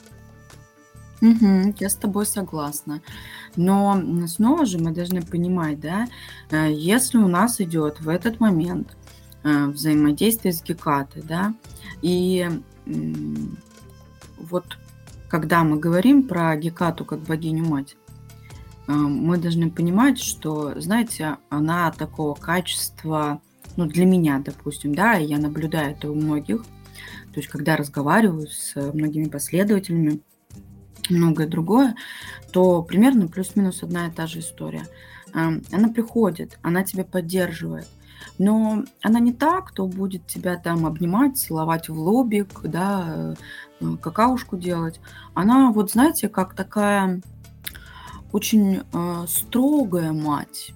Я с тобой согласна. Но снова же мы должны понимать, да, если у нас идет в этот момент взаимодействие с Гекатой, да, и вот когда мы говорим про Гекату как богиню-мать, мы должны понимать, что, знаете, она такого качества, ну, для меня, допустим, да, и я наблюдаю это у многих, то есть когда разговариваю с многими последователями, многое другое, то примерно плюс-минус одна и та же история. Она приходит, она тебя поддерживает, но она не та, кто будет тебя там обнимать, целовать в лобик, да, какаушку делать. Она, вот знаете, как такая очень строгая мать,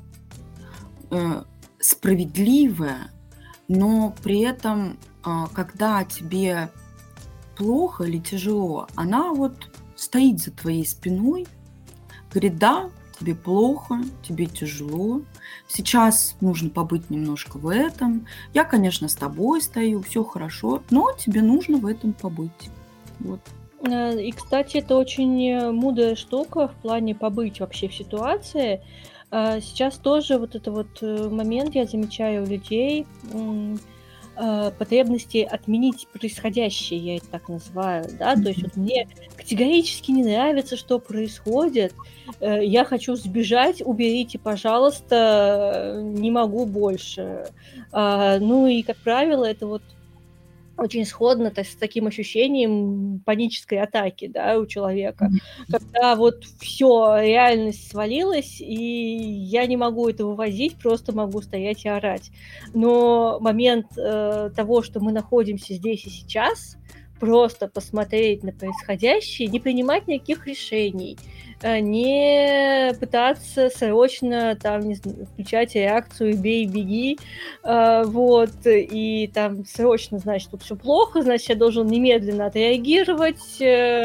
справедливая, но при этом, когда тебе плохо или тяжело, она вот стоит за твоей спиной, говорит: да, тебе плохо, тебе тяжело, сейчас нужно побыть немножко в этом. Я, конечно, с тобой стою, все хорошо, но тебе нужно в этом побыть. Вот. И, кстати, это очень мудрая штука в плане побыть вообще в ситуации. Сейчас тоже вот это вот момент я замечаю у людей, потребности отменить происходящее, я это так называю, да, то есть вот мне категорически не нравится, что происходит, я хочу сбежать, уберите, пожалуйста, не могу больше. Ну и, как правило, это вот очень сходно с таким ощущением панической атаки, да, у человека, когда вот все, реальность свалилась, и я не могу это вывозить, просто могу стоять и орать. Но момент того, что мы находимся здесь и сейчас, просто посмотреть на происходящее, не принимать никаких решений, не пытаться срочно там, не знаю, включать реакцию «бей, беги», вот, и там срочно, значит, тут все плохо, значит, я должен немедленно отреагировать,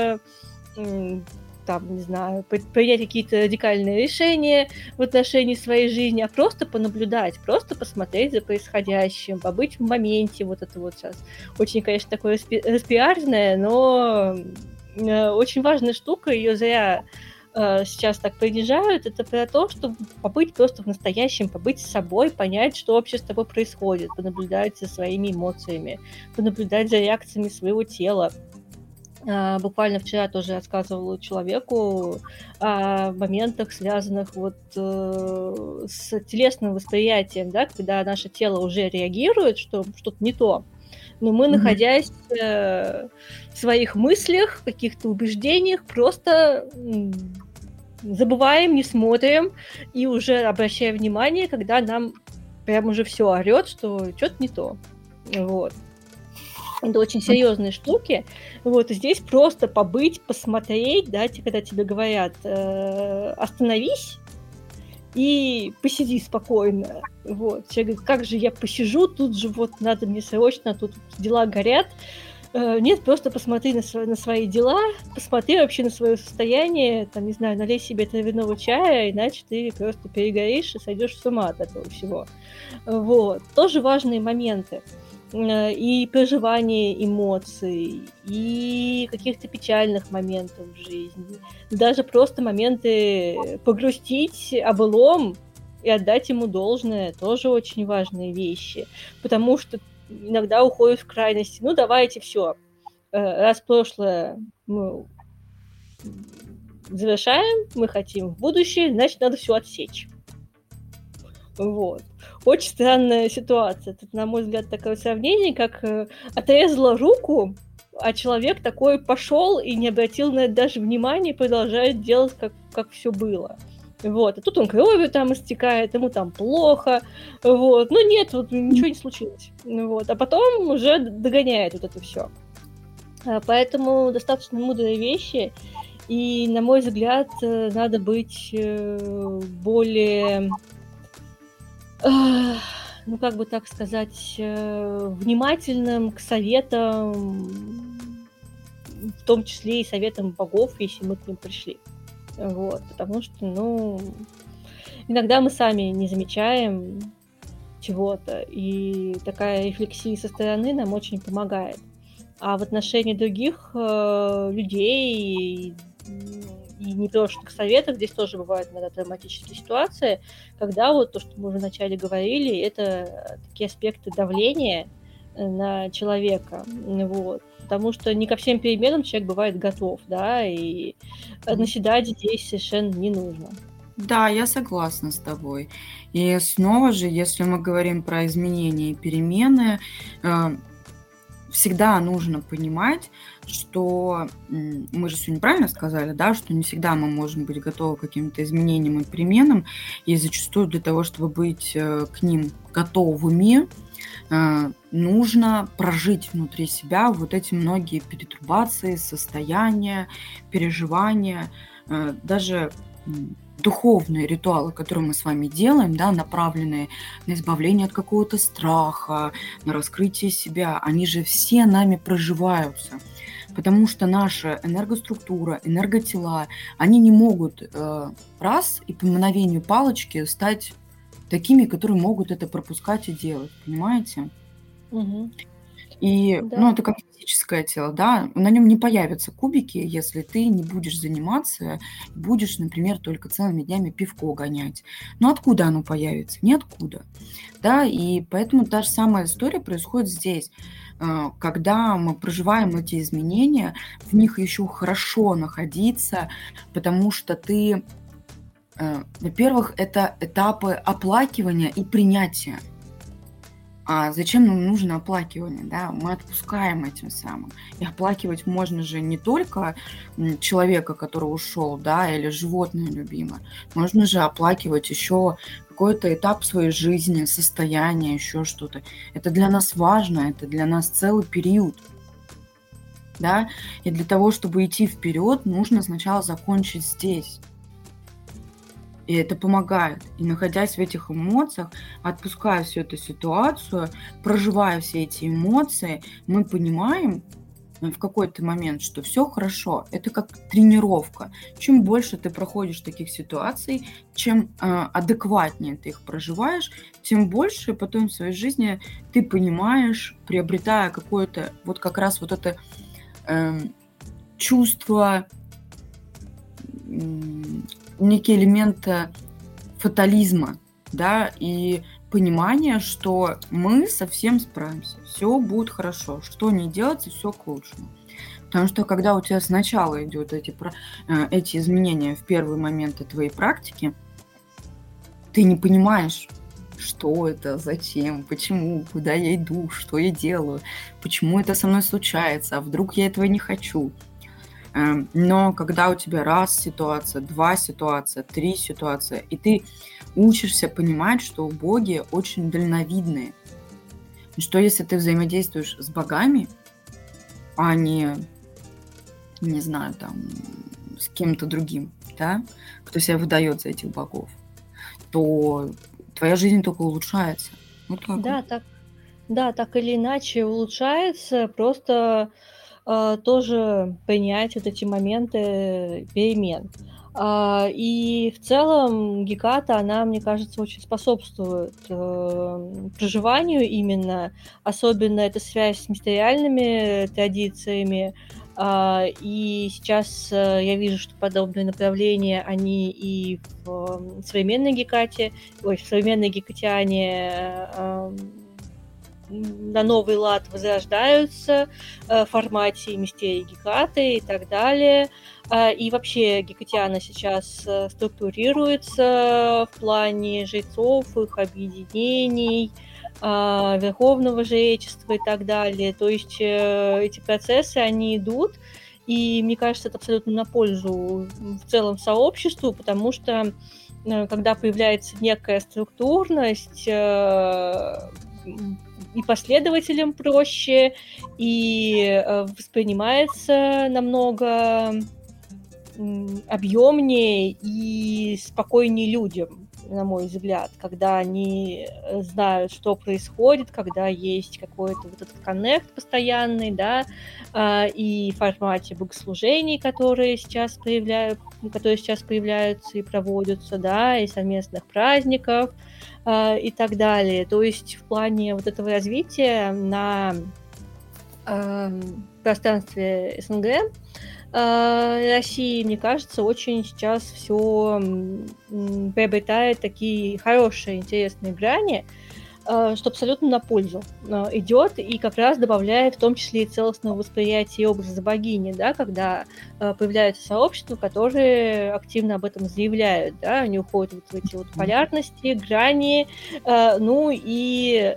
там, не знаю, принять какие-то радикальные решения в отношении своей жизни, а просто понаблюдать, просто посмотреть за происходящим, побыть в моменте, вот это вот сейчас. Очень, конечно, такое распиаренное, но очень важная штука, ее зря сейчас так принижают, это про то, чтобы побыть просто в настоящем, побыть с собой, понять, что вообще с тобой происходит, понаблюдать за своими эмоциями, понаблюдать за реакциями своего тела. Буквально вчера тоже рассказывала человеку о моментах, связанных вот с телесным восприятием, да, когда наше тело уже реагирует, что что-то не то. Но мы, находясь в своих мыслях, каких-то убеждениях, просто забываем, не смотрим и уже обращаем внимание, когда нам прям уже все орёт, что что-то не то. Вот. Это очень серьезные штуки. Вот, и здесь просто побыть, посмотреть, да, когда тебе говорят, остановись и посиди спокойно. Вот. Человек говорит: как же я посижу, тут же вот надо мне срочно, тут дела горят. Нет, просто посмотри на свои дела, посмотри вообще на свое состояние, там, не знаю, налей себе травяного чая, иначе ты просто перегоришь и сойдешь с ума от этого всего. Вот. Тоже важные моменты. И проживание эмоций, и каких-то печальных моментов в жизни. Даже просто моменты погрустить о былом и отдать ему должное, тоже очень важные вещи. Потому что иногда уходят в крайности. Ну, давайте все. Раз прошлое мы завершаем, мы хотим в будущее, значит, надо все отсечь. Вот. Очень странная ситуация. Это, на мой взгляд, такое сравнение, как отрезала руку, а человек такой пошел и не обратил на это даже внимания, продолжает делать, как все было. Вот. А тут он кровью там истекает, ему там плохо. Вот. Ну нет, вот ничего не случилось. Вот. А потом уже догоняет вот это все. Поэтому достаточно мудрые вещи. И, на мой взгляд, надо быть более... ну, как бы так сказать, внимательным к советам, в том числе и советам богов, если мы к ним пришли. Вот, потому что, ну, иногда мы сами не замечаем чего-то, и такая рефлексия со стороны нам очень помогает. А в отношении других людей и непрошенных советов здесь тоже бывают иногда травматические ситуации, когда вот то, что мы уже вначале говорили, это такие аспекты давления на человека, вот. Потому что не ко всем переменам человек бывает готов, да, и наседать здесь совершенно не нужно. Да, я согласна с тобой. И снова же, если мы говорим про изменения и перемены, всегда нужно понимать, что мы же сегодня правильно сказали, да, что не всегда мы можем быть готовы к каким-то изменениям и переменам, и зачастую для того, чтобы быть к ним готовыми, нужно прожить внутри себя вот эти многие перетрубации, состояния, переживания, даже духовные ритуалы, которые мы с вами делаем, да, направленные на избавление от какого-то страха, на раскрытие себя, они же все нами проживаются. потому что наша энергоструктура, энерготела, они не могут раз и по мгновению палочки стать такими, которые могут это пропускать и делать, понимаете? Мгм. И, Да. это как физическое тело, да, на нем не появятся кубики, если ты не будешь заниматься, будешь, например, только целыми днями пивко гонять. Но откуда оно появится? Ниоткуда, да, и поэтому та же самая история происходит здесь. Когда мы проживаем эти изменения, в них еще хорошо находиться, потому что ты, во-первых, это этапы оплакивания и принятия. А зачем нам нужно оплакивание, да? Мы отпускаем этим самым. И оплакивать можно же не только человека, который ушел, да, или животное любимое. Можно же оплакивать еще какой-то этап своей жизни, состояние, еще что-то. Это для нас важно, это для нас целый период, да. И для того, чтобы идти вперед, нужно сначала закончить здесь. И это помогает. И находясь в этих эмоциях, отпуская всю эту ситуацию, проживая все эти эмоции, мы понимаем в какой-то момент, что все хорошо. Это как тренировка. Чем больше ты проходишь таких ситуаций, чем адекватнее ты их проживаешь, тем больше потом в своей жизни ты понимаешь, приобретая какое-то вот как раз вот это чувство, некий элемент фатализма, да, и понимание, что мы совсем справимся, все будет хорошо, что не делается, все к лучшему. Потому что когда у тебя сначала идут эти изменения в первые моменты твоей практики, ты не понимаешь, что это, зачем, почему, куда я иду, что я делаю, почему это со мной случается, а вдруг я этого не хочу. Но когда у тебя раз ситуация, два ситуация, три ситуация, и ты учишься понимать, что боги очень дальновидные, и что если ты взаимодействуешь с богами, а не знаю, там, с кем-то другим, да, кто себя выдает за этих богов, то твоя жизнь только улучшается. Вот так вот. Так или иначе улучшается, просто тоже принять вот эти моменты перемен. И в целом Геката, она, мне кажется, очень способствует проживанию именно, особенно эта связь с мистериальными традициями. И сейчас я вижу, что подобные направления, они и в современной Гекате, в современной Гекатиане на новый лад возрождаются в формате мистерии Гекаты и так далее. И вообще Гекатиана сейчас структурируется в плане жрецов, их объединений, верховного жречества и так далее. То есть эти процессы, они идут, и мне кажется, это абсолютно на пользу в целом сообществу, потому что когда появляется некая структурность, и последователям проще, и воспринимается намного объемнее и спокойнее людям, на мой взгляд, когда они знают, что происходит, когда есть какой-то вот этот коннект постоянный, да, и в формате богослужений, которые сейчас появляются и проводятся, да, и совместных праздников, и так далее. То есть в плане вот этого развития на пространстве СНГ, России, мне кажется, очень сейчас все приобретает такие хорошие, интересные грани, что абсолютно на пользу идет и как раз добавляет в том числе и целостного восприятия образа богини, да, когда появляются сообщества, которые активно об этом заявляют, да, они уходят вот в эти вот полярности, грани, ну и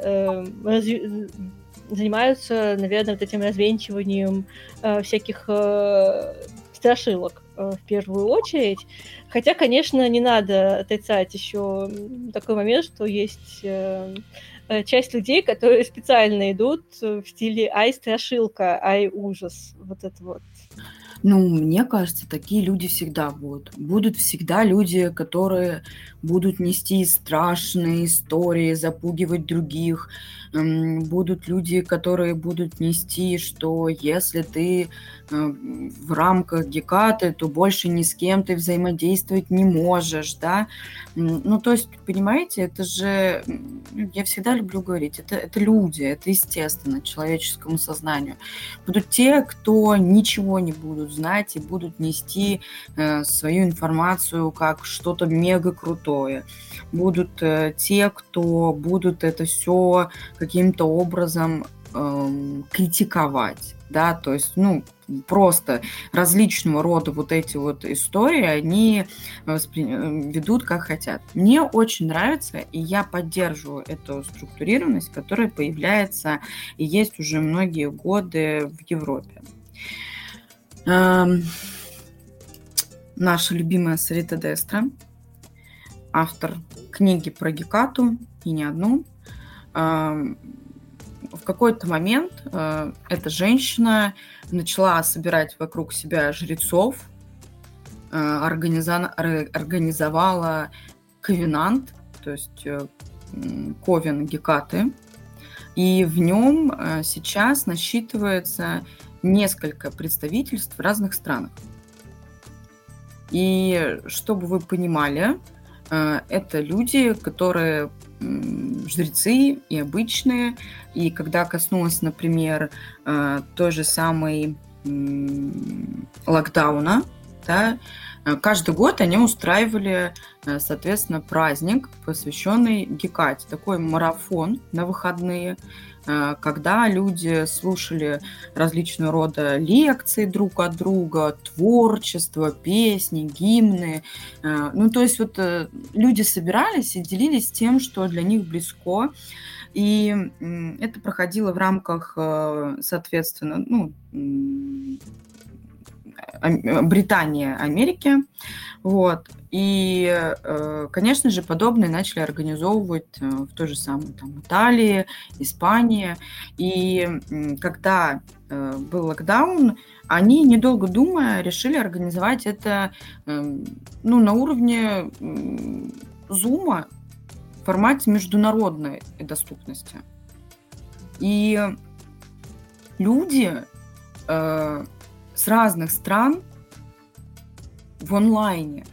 занимаются, наверное, вот этим развенчиванием всяких страшилок в первую очередь. Хотя, конечно, не надо отрицать еще такой момент, что есть часть людей, которые специально идут в стиле «ай, страшилка», «ай, ужас». Вот это вот. Ну, мне кажется, такие люди всегда будут. Будут всегда люди, которые будут нести страшные истории, запугивать других. Будут люди, которые будут нести, что если ты в рамках Гекаты, то больше ни с кем ты взаимодействовать не можешь, да. Ну, то есть, понимаете, это же, я всегда люблю говорить, это люди, это естественно человеческому сознанию. Будут те, кто ничего не будут знать и будут нести свою информацию как что-то мега крутое. Будут те, кто будут это все каким-то образом критиковать, да, то есть, ну, просто различного рода вот эти вот истории, они ведут как хотят. Мне очень нравится, и я поддерживаю эту структурированность, которая появляется и есть уже многие годы в Европе. Наша любимая Сарита Дестра, автор книги про Гекату, и не одну, в какой-то момент эта женщина начала собирать вокруг себя жрецов, организовала ковенант, то есть ковен Гекаты, и в нем сейчас насчитывается несколько представительств в разных странах. И чтобы вы понимали, это люди, которые жрецы и обычные, и когда коснулось, например, той же самой локдауна, да, каждый год они устраивали, соответственно, праздник, посвященный Гекате, такой марафон на выходные, когда люди слушали различного рода лекции друг от друга, творчество, песни, гимны. Ну, то есть вот люди собирались и делились тем, что для них близко. И это проходило в рамках, соответственно, ну, Британии, Америки. Вот. И, конечно же, подобные начали организовывать в той же самой там, Италии, Испании. И когда был локдаун, они, недолго думая, решили организовать это ну, на уровне Zoom в формате международной доступности. И люди с разных стран в онлайне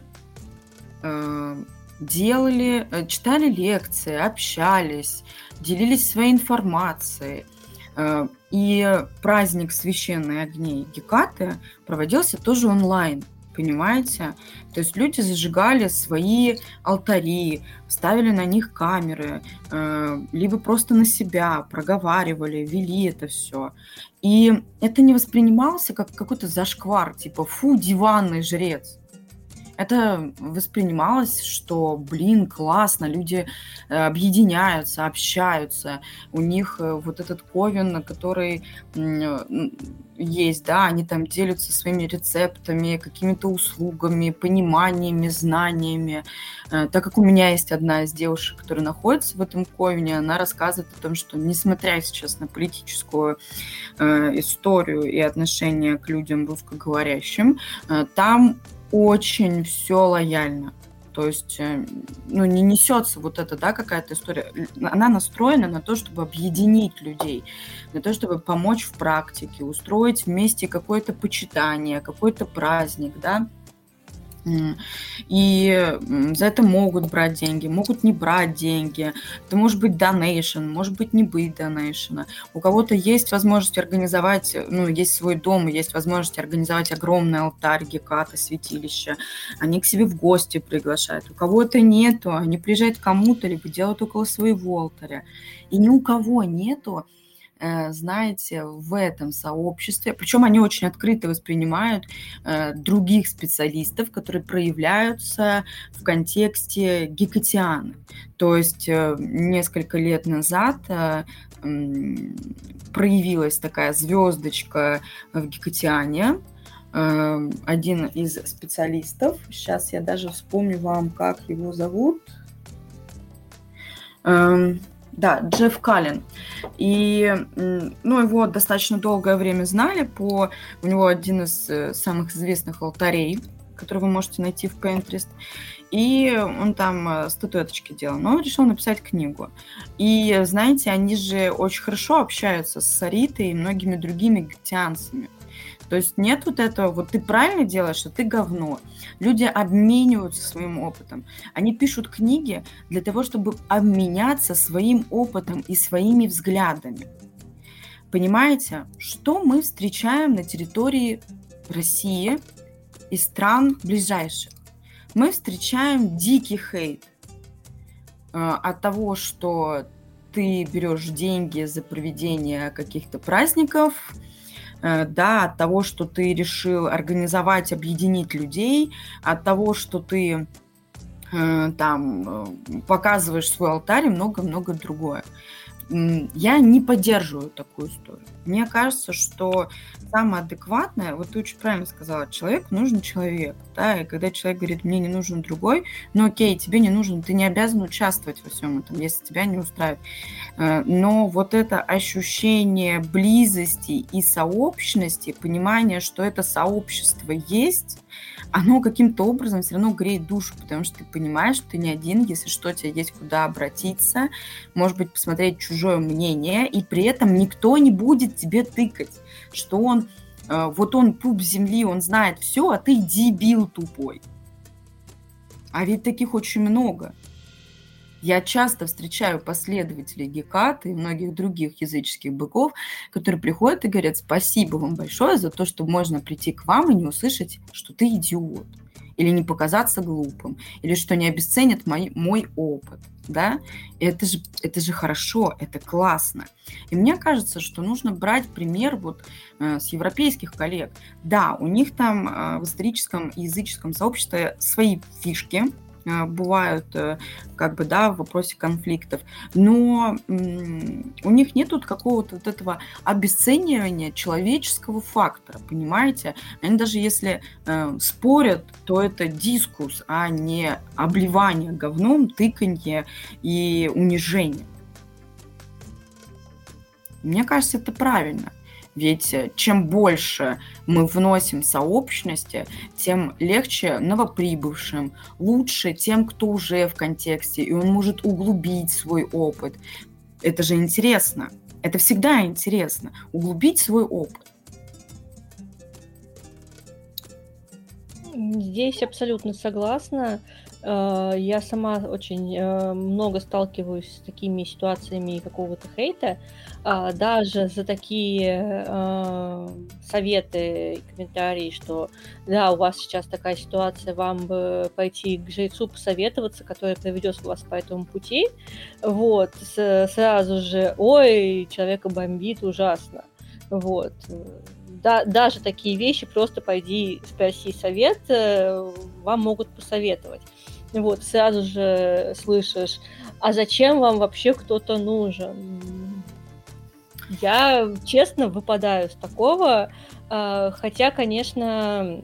читали лекции, общались, делились своей информацией. И праздник священной огней Гекаты проводился тоже онлайн, понимаете? То есть люди зажигали свои алтари, ставили на них камеры, либо просто на себя проговаривали, вели это все. И это не воспринималось как какой-то зашквар, типа «фу, диванный жрец». Это воспринималось, что, блин, классно, люди объединяются, общаются, у них вот этот ковен, который есть, да, они там делятся своими рецептами, какими-то услугами, пониманиями, знаниями. Так как у меня есть одна из девушек, которая находится в этом ковене, она рассказывает о том, что, несмотря сейчас на политическую историю и отношение к людям русскоговорящим, там очень все лояльно. То есть, ну, не несется вот это, да, какая-то история. Она настроена на то, чтобы объединить людей, на то, чтобы помочь в практике, устроить вместе какое-то почитание, какой-то праздник, да. И за это могут брать деньги, могут не брать деньги. Это может быть донейшн, может быть не быть донейшена. У кого-то есть возможность организовать, ну, есть свой дом, есть возможность организовать огромный алтарь Гекаты, святилище. Они к себе в гости приглашают. У кого-то нету, они приезжают к кому-то, либо делают около своего алтаря. И ни у кого нету, знаете, в этом сообществе, причем они очень открыто воспринимают других специалистов, проявляются в контексте гекатианы. То есть несколько лет назад проявилась такая звездочка в гекатиане, один из специалистов, сейчас я даже вспомню вам, как его зовут. Да, Джефф Каллен. И, его достаточно долгое время знали у него один из самых известных алтарей, который вы можете найти в Pinterest. И он там статуэточки делал. Но он решил написать книгу. И, знаете, они же очень хорошо общаются с Саритой и многими другими гаитянцами. То есть нет вот этого, вот ты правильно делаешь, что ты говно. Люди обмениваются своим опытом. Они пишут книги для того, чтобы обменяться своим опытом и своими взглядами. Понимаете, что мы встречаем на территории России и стран ближайших? Мы встречаем дикий хейт от того, что ты берешь деньги за проведение каких-то праздников, да, от того, что ты решил организовать, объединить людей, от того, что ты показываешь свой алтарь и много-много другое. Я не поддерживаю такую историю. Мне кажется, что самое адекватное, вот ты очень правильно сказала, человеку нужен человек, да, и когда человек говорит, мне не нужен другой, ну окей, тебе не нужен, ты не обязан участвовать во всем этом, если тебя не устраивает. Но вот это ощущение близости и сообщности, понимание, что это сообщество есть, оно каким-то образом все равно греет душу, потому что ты понимаешь, что ты не один, если что, тебе есть куда обратиться, может быть, посмотреть чужое мнение, и при этом никто не будет тебе тыкать, что он пуп земли, он знает все, а ты дебил тупой. А ведь таких очень много. Я часто встречаю последователей Гекаты и многих других языческих быков, которые приходят и говорят, спасибо вам большое за то, что можно прийти к вам и не услышать, что ты идиот, или не показаться глупым, или что не обесценят мой опыт. Да? Это же хорошо, это классно. И мне кажется, что нужно брать пример с европейских коллег. Да, у них там в историческом и языческом сообществе свои фишки, бывают в вопросе конфликтов, но у них нет какого-то вот этого обесценивания человеческого фактора, понимаете? Они даже если спорят, то это дискурс, а не обливание говном, тыканье и унижение. Мне кажется, это правильно. Ведь чем больше мы вносим сообщности, тем легче новоприбывшим, лучше тем, кто уже в контексте, и он может углубить свой опыт. Это же интересно. Это всегда интересно. Углубить свой опыт. Здесь абсолютно согласна. Я сама очень много сталкиваюсь с такими ситуациями какого-то хейта. Даже за такие советы и комментарии, что да, у вас сейчас такая ситуация, вам бы пойти к жрецу посоветоваться, который проведет вас по этому пути. Вот, сразу же, ой, человека бомбит ужасно. Вот. Да, даже такие вещи, просто пойди спроси совет, вам могут посоветовать. Вот, сразу же слышишь, а зачем вам вообще кто-то нужен? Я, честно, выпадаю с такого, хотя, конечно,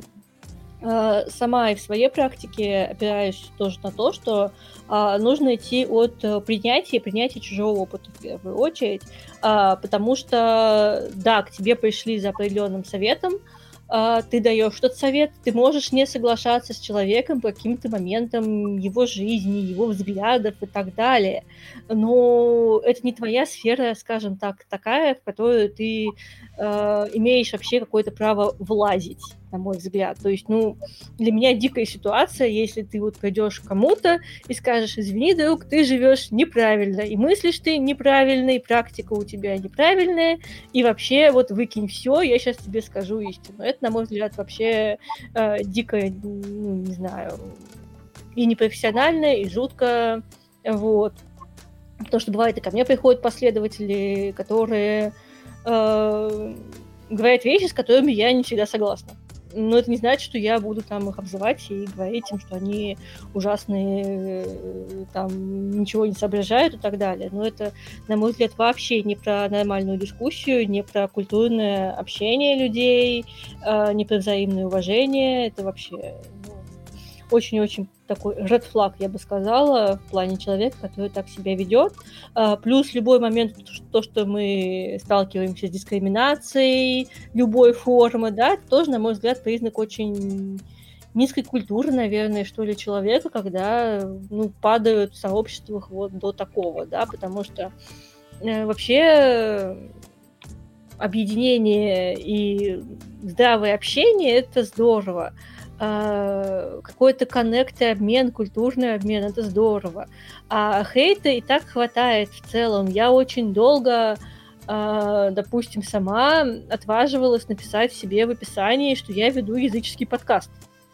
сама и в своей практике опираюсь тоже на то, что нужно идти от принятия чужого опыта в первую очередь, потому что, да, к тебе пришли за определенным советом, ты даешь тот совет, ты можешь не соглашаться с человеком по каким-то моментам его жизни, его взглядов и так далее, но это не твоя сфера, скажем так, такая, в которую ты имеешь вообще какое-то право влазить, на мой взгляд. То есть, для меня дикая ситуация, если ты придешь к кому-то и скажешь, извини, друг, ты живешь неправильно, и мыслишь ты неправильно, и практика у тебя неправильная, и вообще выкинь все, я сейчас тебе скажу истину. Это, на мой взгляд, вообще дико, не знаю, и непрофессионально, и жутко, вот. Потому что бывает, и ко мне приходят последователи, которые говорят вещи, с которыми я не всегда согласна. Но это не значит, что я буду там их обзывать и говорить им, что они ужасные, там, ничего не соображают и так далее. Но это, на мой взгляд, вообще не про нормальную дискуссию, не про культурное общение людей, не про взаимное уважение. Это вообще очень-очень такой red flag, я бы сказала, в плане человека, который так себя ведет. Плюс любой момент, то, что мы сталкиваемся с дискриминацией любой формы, да, это тоже, на мой взгляд, признак очень низкой культуры, наверное, что ли, человека, когда падают в сообществах вот до такого, да, потому что вообще объединение и здравое общение – это здорово. Какой-то коннект и обмен, культурный обмен – это здорово. А хейта и так хватает в целом. Я очень долго, допустим, сама отваживалась написать себе в описании, что я веду языческий подкаст.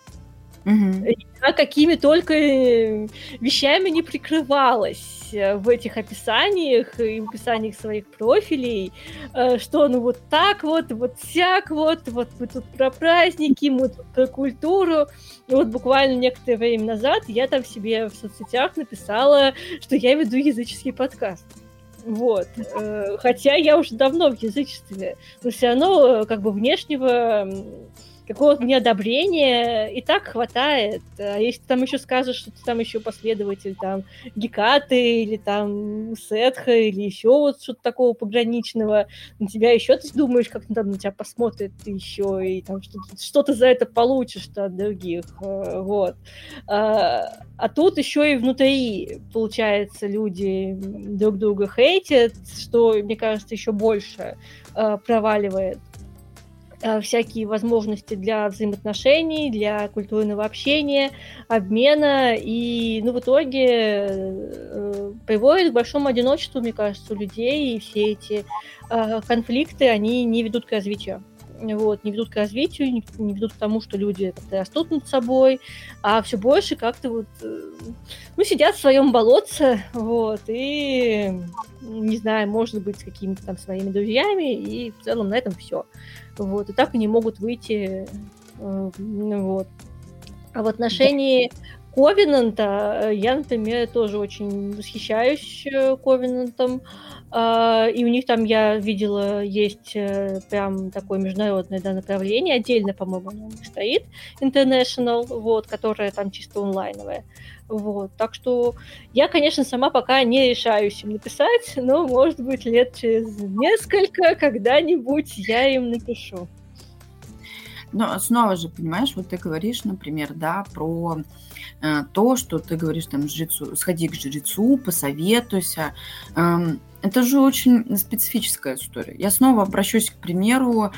Я какими только вещами не прикрывалась в этих описаниях и в описаниях своих профилей, что вот так вот сяк мы тут про праздники, мы тут про культуру. И вот буквально некоторое время назад я там себе в соцсетях написала, что я веду языческий подкаст. Вот. Хотя я уже давно в язычестве, но все равно как бы внешнего какого-то неодобрения и так хватает. А если ты там еще скажешь, что ты там еще последователь там Гекаты или там Сетха или еще вот что-то такого пограничного, на тебя еще ты думаешь, как там на тебя посмотрят еще и там что ты за это получишь от других. Вот. А тут еще и внутри, получается, люди друг друга хейтят, что, мне кажется, еще больше проваливает всякие возможности для взаимоотношений, для культурного общения, обмена, и в итоге приводит к большому одиночеству, мне кажется, у людей, и все эти конфликты, они не ведут к развитию. Вот, не ведут к развитию, не ведут к тому, что люди как-то растут над собой, а все больше как-то сидят в своем болотце, вот, и, не знаю, может быть, с какими-то там своими друзьями, и в целом на этом все. Вот, и так они могут выйти, вот. А в отношении Ковенанта я, например, тоже очень восхищаюсь Ковенантом, и у них там, я видела, есть прям такое международное направление, отдельно, по-моему, оно у них стоит, International, вот, которое там чисто онлайновое. Вот, так что я, конечно, сама пока не решаюсь им написать, но, может быть, лет через несколько когда-нибудь я им напишу. Но снова же, понимаешь, вот ты говоришь, например, да, про то, что ты говоришь там жрецу, сходи к жрецу, посоветуйся. Это же очень специфическая история. Я снова обращусь к примеру,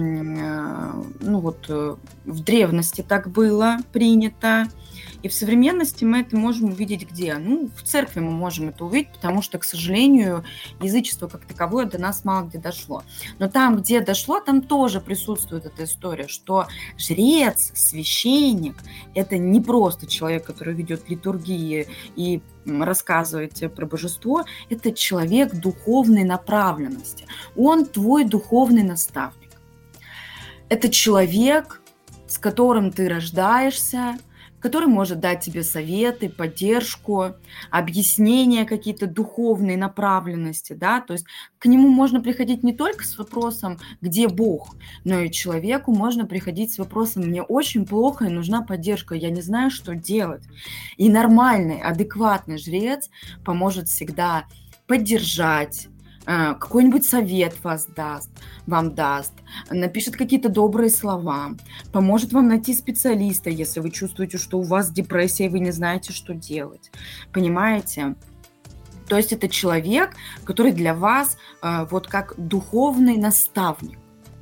в древности так было принято, и в современности мы это можем увидеть где? В церкви мы можем это увидеть, потому что, к сожалению, язычество как таковое до нас мало где дошло. Но там, где дошло, там тоже присутствует эта история, что жрец, священник – это не просто человек, который ведет литургии и рассказывает тебе про божество, это человек духовной направленности. Он твой духовный наставник. Это человек, с которым ты рождаешься, который может дать тебе советы, поддержку, объяснения какие-то духовные направленности, да, то есть к нему можно приходить не только с вопросом, где Бог, но и человеку можно приходить с вопросом, мне очень плохо и нужна поддержка, я не знаю, что делать. И нормальный, адекватный жрец поможет всегда поддержать, какой-нибудь совет вам даст, напишет какие-то добрые слова, поможет вам найти специалиста, если вы чувствуете, что у вас депрессия, и вы не знаете, что делать. Понимаете? То есть это человек, который для вас вот как духовный наставник.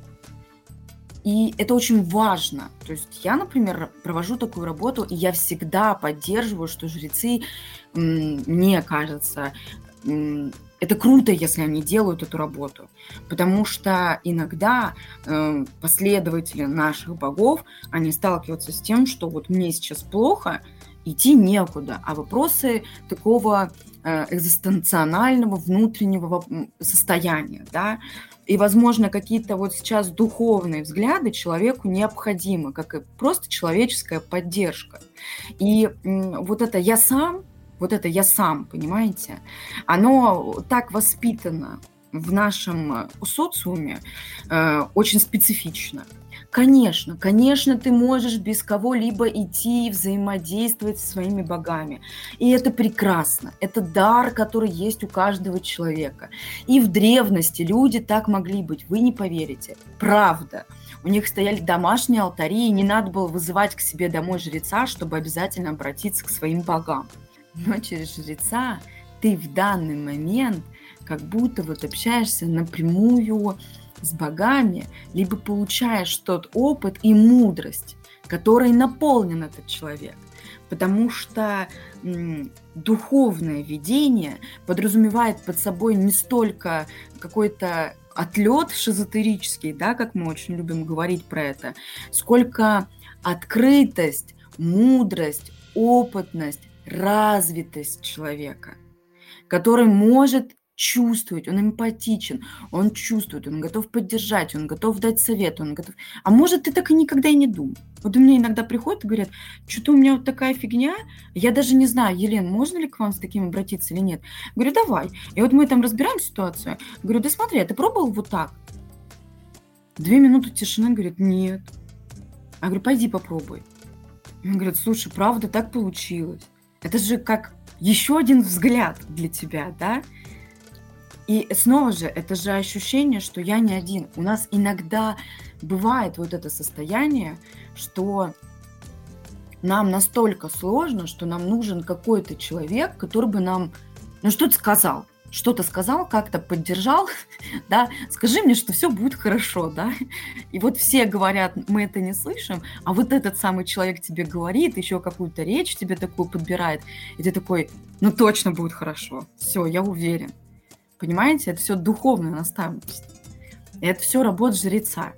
И это очень важно. То есть я, например, провожу такую работу, и я всегда поддерживаю, что жрецы, мне кажется, это круто, если они делают эту работу, потому что иногда последователи наших богов, они сталкиваются с тем, что вот мне сейчас плохо, идти некуда, а вопросы такого экзистенционального внутреннего состояния, да, и, возможно, какие-то вот сейчас духовные взгляды человеку необходимы, как и просто человеческая поддержка. И вот это «я сам», понимаете, оно так воспитано в нашем социуме, очень специфично. Конечно, ты можешь без кого-либо идти, взаимодействовать со своими богами. И это прекрасно. Это дар, который есть у каждого человека. И в древности люди так могли быть. Вы не поверите. Правда. У них стояли домашние алтари, и не надо было вызывать к себе домой жреца, чтобы обязательно обратиться к своим богам. Но через жреца ты в данный момент как будто вот общаешься напрямую с богами, либо получаешь тот опыт и мудрость, которой наполнен этот человек. Потому что духовное видение подразумевает под собой не столько какой-то отлет шизотерический, да, как мы очень любим говорить про это, сколько открытость, мудрость, опытность, развитость человека, который может чувствовать, он эмпатичен, он чувствует, он готов поддержать, он готов дать совет, он готов... А может, ты так и никогда и не думал. Вот у меня иногда приходят и говорят, что-то у меня вот такая фигня, я даже не знаю, Елена, можно ли к вам с таким обратиться или нет. Говорю, давай. И вот мы там разбираем ситуацию. Говорю, да смотри, а ты пробовал вот так? 2 минуты тишины, говорит, нет. Я говорю, пойди попробуй. Он говорит, слушай, правда, так получилось. Это же как еще один взгляд для тебя, да? И снова же, это же ощущение, что я не один. У нас иногда бывает вот это состояние, что нам настолько сложно, что нам нужен какой-то человек, который бы нам, что-то сказал, как-то поддержал, да, скажи мне, что все будет хорошо, да. И вот все говорят, мы это не слышим, а вот этот самый человек тебе говорит, еще какую-то речь тебе такую подбирает, и ты такой, ну точно будет хорошо, все, я уверен. Понимаете, это все духовное наставничество. И это все работа жреца.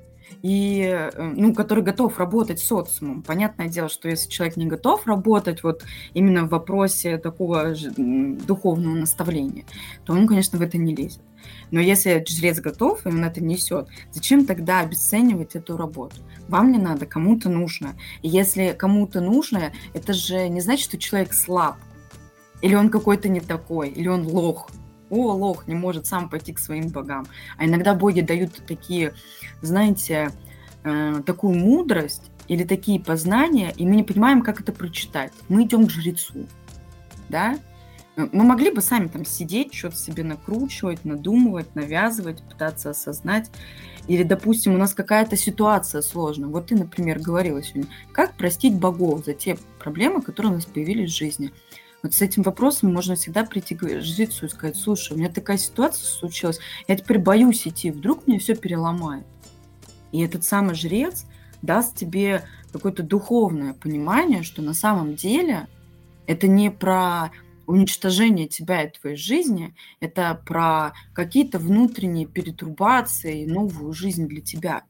И, который готов работать с социумом. Понятное дело, что если человек не готов работать вот именно в вопросе такого духовного наставления, то он, конечно, в это не лезет. Но если жрец готов, и он это несет, зачем тогда обесценивать эту работу? Вам не надо, кому-то нужно. И если кому-то нужно, это же не значит, что человек слаб. Или он какой-то не такой, или он лох. Лох не может сам пойти к своим богам. А иногда боги дают такие, знаете, такую мудрость или такие познания, и мы не понимаем, как это прочитать. Мы идем к жрецу, да? Мы могли бы сами там сидеть, что-то себе накручивать, надумывать, навязывать, пытаться осознать. Или, допустим, у нас какая-то ситуация сложная. Вот ты, например, говорила сегодня, как простить богов за те проблемы, которые у нас появились в жизни. Вот с этим вопросом можно всегда прийти к жрецу и сказать, слушай, у меня такая ситуация случилась, я теперь боюсь идти, вдруг мне все переломает. И этот самый жрец даст тебе какое-то духовное понимание, что на самом деле это не про уничтожение тебя и твоей жизни, это про какие-то внутренние перетрубации, новую жизнь для тебя.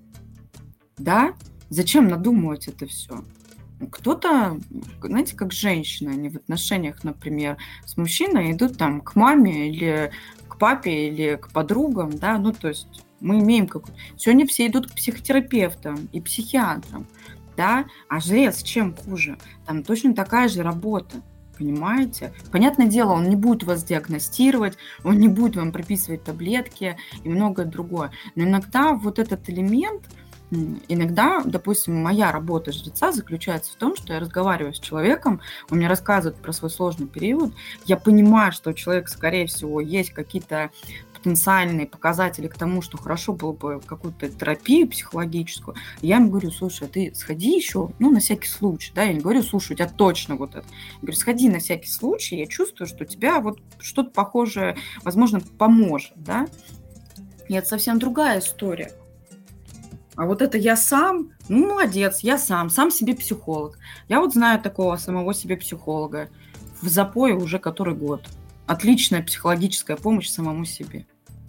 Да? Зачем надумывать это все? Кто-то, знаете, как женщина, они в отношениях, например, с мужчиной идут там к маме или к папе или к подругам, да, то есть мы имеем какую-то... Сегодня все идут к психотерапевтам и психиатрам, да, а жрец чем хуже? Там точно такая же работа, понимаете? Понятное дело, он не будет вас диагностировать, он не будет вам прописывать таблетки и многое другое, но иногда вот этот элемент... Иногда, допустим, моя работа жреца заключается в том, что я разговариваю с человеком, он мне рассказывает про свой сложный период, я понимаю, что у человека, скорее всего, есть какие-то потенциальные показатели к тому, что хорошо было бы какую-то терапию психологическую. Я ему говорю, слушай, а ты сходи еще, на всякий случай, да, я не говорю, слушай, у тебя точно вот это. Я говорю, сходи на всякий случай, я чувствую, что у тебя вот что-то похожее, возможно, поможет, да. И это совсем другая история. А вот это я сам, молодец, я сам себе психолог. Я вот знаю такого самого себе психолога в запое уже который год. Отличная психологическая помощь самому себе.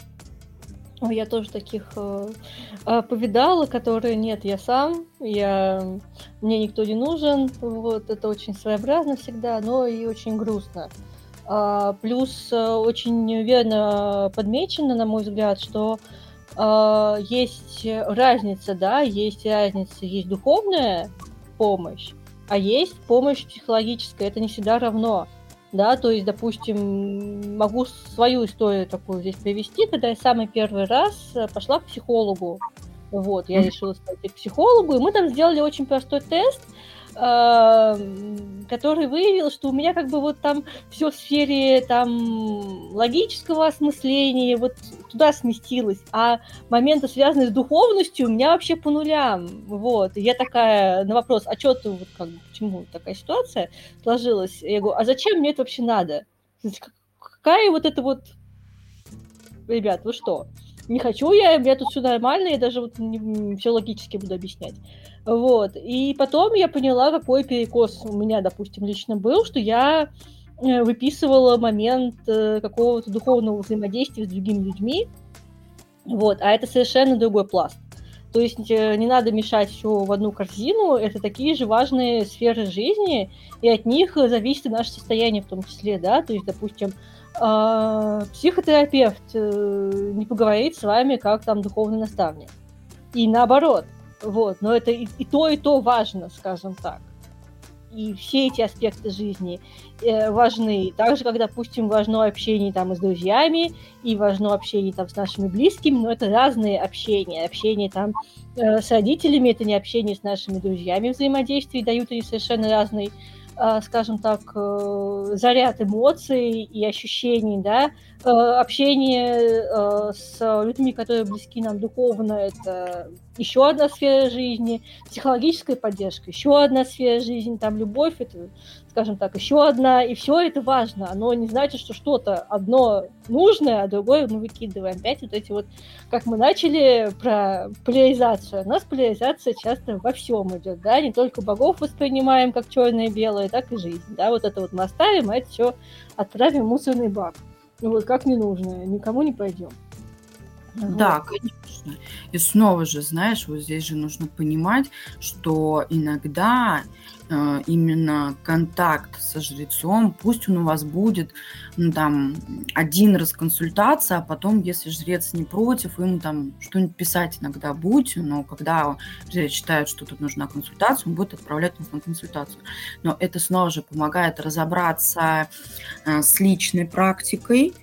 Я тоже таких повидала, которые нет, я сам, мне никто не нужен. Вот это очень своеобразно всегда, но и очень грустно. Плюс очень верно подмечено, на мой взгляд, что есть разница, да, есть духовная помощь, а есть помощь психологическая. Это не всегда равно, да, то есть, допустим, могу свою историю такую здесь привести, когда я самый первый раз пошла к психологу, Вот, я решила пойти к психологу, и мы там сделали очень простой тест, который выявил, что у меня как бы вот там все в сфере там логического осмысления вот туда сместилось, а моменты, связанные с духовностью, у меня вообще по нулям. Вот. И я такая на вопрос, а что ты, вот как бы, почему такая ситуация сложилась? Я говорю, а зачем мне это вообще надо? Какая вот это вот... Ребят, вы что? Не хочу я, у меня тут все нормально, я даже вот все логически буду объяснять. Вот. И потом я поняла, какой перекос у меня, допустим, лично был, что я выписывала момент какого-то духовного взаимодействия с другими людьми. Вот. А это совершенно другой пласт. То есть не надо мешать все в одну корзину, это такие же важные сферы жизни, и от них зависит и наше состояние в том числе, да, то есть, допустим, психотерапевт не поговорит с вами как там духовный наставник. И наоборот. Вот. Но это и то важно, скажем так. И все эти аспекты жизни важны. Также, как, допустим, важно общение там и с друзьями, и важно общение там с нашими близкими, но это разные общения. Общение там с родителями, это не общение с нашими друзьями, взаимодействие, дают они совершенно разный, скажем так, заряд эмоций и ощущений, да. Общение с людьми, которые близки нам духовно, это еще одна сфера жизни, психологическая поддержка, еще одна сфера жизни, там любовь, это, скажем так, еще одна, и все это важно. Оно не значит, что что-то одно нужное, а другое мы выкидываем. Опять вот эти вот, как мы начали про поляризацию. У нас поляризация часто во всем идет, да, не только богов воспринимаем как черное и белое, так и жизнь, да, вот это вот мы оставим, а это все отправим в мусорный бак. Вот как ненужное, никому не пойдем. Да, конечно. И снова же, знаешь, вот здесь же нужно понимать, что иногда именно контакт со жрецом, пусть он у вас будет, ну, там, один раз консультация, а потом, если жрец не против, ему там что-нибудь писать иногда будете, но когда жрец считает, что тут нужна консультация, он будет отправлять нас на консультацию. Но это снова же помогает разобраться с личной практикой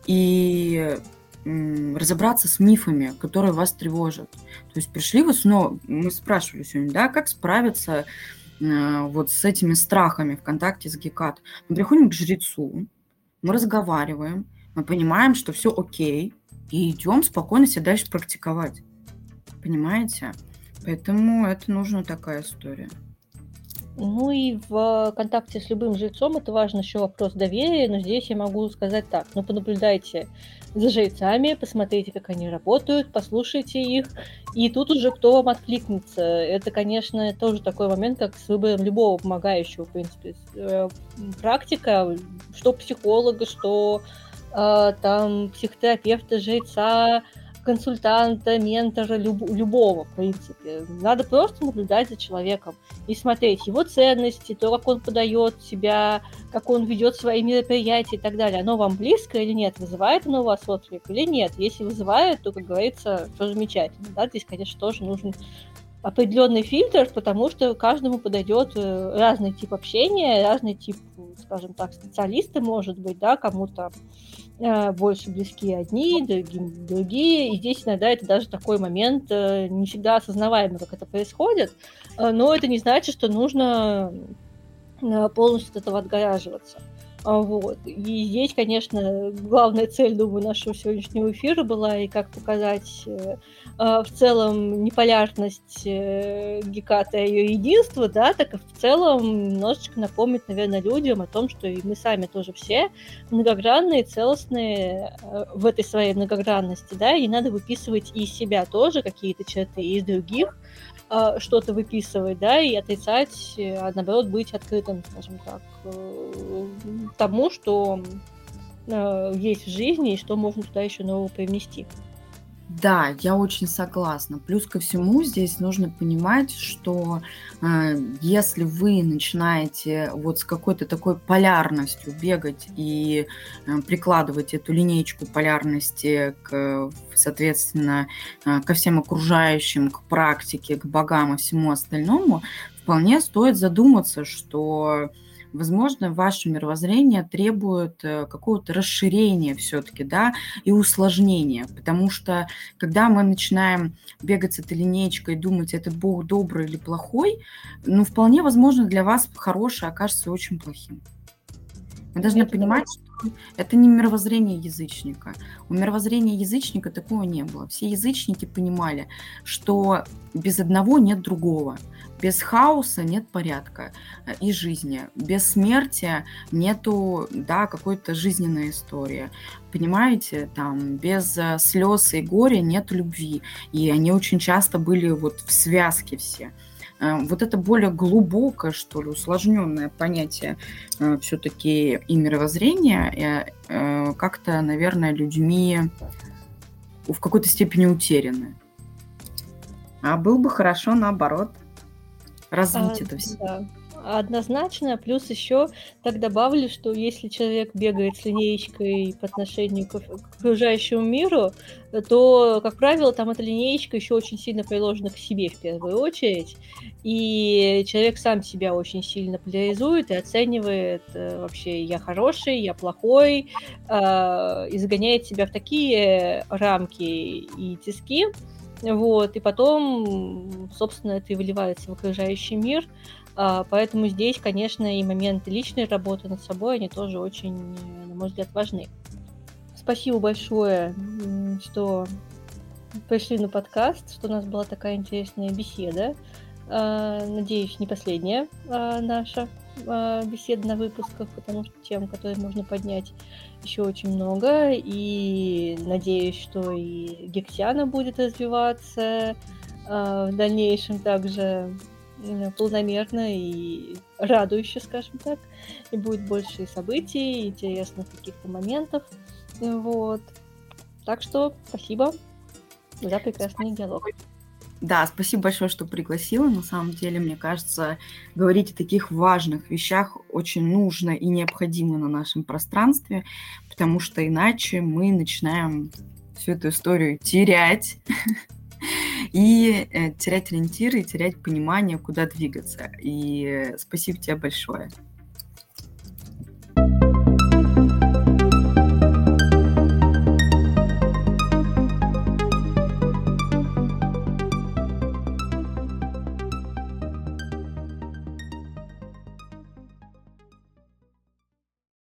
и разобраться с мифами, которые вас тревожат. То есть пришли вы снова, мы спрашивали сегодня, да, как справиться вот с этими страхами в контакте с Гекат. Мы приходим к жрецу, мы разговариваем, мы понимаем, что все окей, и идем спокойно себя дальше практиковать. Понимаете? Поэтому это нужна такая история. Ну и в контакте с любым жрецом это важно еще вопрос доверия, но здесь я могу сказать так, ну понаблюдайте за жрецами, посмотрите, как они работают, послушайте их, и тут уже кто вам откликнется. Это, конечно, тоже такой момент, как с выбором любого помогающего, в принципе, практика, что психолога, что там психотерапевта, жреца, консультанта, ментора, любого, в принципе. Надо просто наблюдать за человеком и смотреть его ценности, то, как он подает себя, как он ведет свои мероприятия и так далее. Оно вам близко или нет? Вызывает оно у вас отклик или нет? Если вызывает, то, как говорится, все замечательно. Да? Здесь, конечно, тоже нужен определенный фильтр, потому что каждому подойдет разный тип общения, разный тип, скажем так, специалисты, может быть, да, кому-то больше близки одни, другим другие. И здесь иногда это даже такой момент не всегда осознаваемый, как это происходит, но это не значит, что нужно полностью от этого отгораживаться. Вот. И здесь, конечно, главная цель, думаю, нашего сегодняшнего эфира была и как показать в целом неполярность Гекаты и ее единство, да, так и в целом немножечко напомнить, наверное, людям о том, что и мы сами тоже все многогранные, целостные в этой своей многогранности, да, и надо выписывать из себя тоже какие-то черты, и из других что-то выписывать, да, и отрицать, а наоборот, быть открытым, скажем так, тому, что есть в жизни и что можно туда еще нового привнести. Да, я очень согласна. Плюс ко всему здесь нужно понимать, что если вы начинаете вот с какой-то такой полярностью бегать и прикладывать эту линейку полярности, соответственно, ко всем окружающим, к практике, к богам и всему остальному, вполне стоит задуматься, что возможно, ваше мировоззрение требует какого-то расширения все-таки, да, и усложнения, потому что когда мы начинаем бегать с этой линеечкой и думать, этот Бог добрый или плохой, ну, вполне возможно, для вас хороший окажется очень плохим. Мы должны Это да. понимать, что это не мировоззрение язычника. У мировоззрения язычника такого не было. Все язычники понимали, что без одного нет другого. Без хаоса нет порядка и жизни. Без смерти нету, да, какой-то жизненной истории. Понимаете, там без слез и горя нет любви. И они очень часто были вот в связке все. Вот это более глубокое, что ли, усложненное понятие все-таки и мировоззрения как-то, наверное, людьми в какой-то степени утеряны. А было бы хорошо наоборот развить это все. Да, однозначно. Плюс еще так добавлю, что если человек бегает с линеечкой по отношению к окружающему миру, то, как правило, там эта линеечка еще очень сильно приложена к себе в первую очередь. И человек сам себя очень сильно поляризует и оценивает вообще я хороший, я плохой, и загоняет себя в такие рамки и тиски. Вот, и потом, собственно, это и выливается в окружающий мир. Поэтому здесь, конечно, и моменты личной работы над собой, они тоже очень, на мой взгляд, важны. Спасибо большое, что пришли на подкаст, что у нас была такая интересная беседа. Надеюсь, не последняя наша беседа на выпусках, потому что тем, которые можно поднять, еще очень много. И надеюсь, что и Гексиана будет развиваться в дальнейшем также полномерно и радующе, скажем так. И будет больше событий, интересных каких-то моментов. Вот. Так что спасибо за прекрасный диалог. Да, спасибо большое, что пригласила. На самом деле, мне кажется, говорить о таких важных вещах очень нужно и необходимо на нашем пространстве, потому что иначе мы начинаем всю эту историю терять и терять ориентиры, и терять понимание, куда двигаться. И спасибо тебе большое.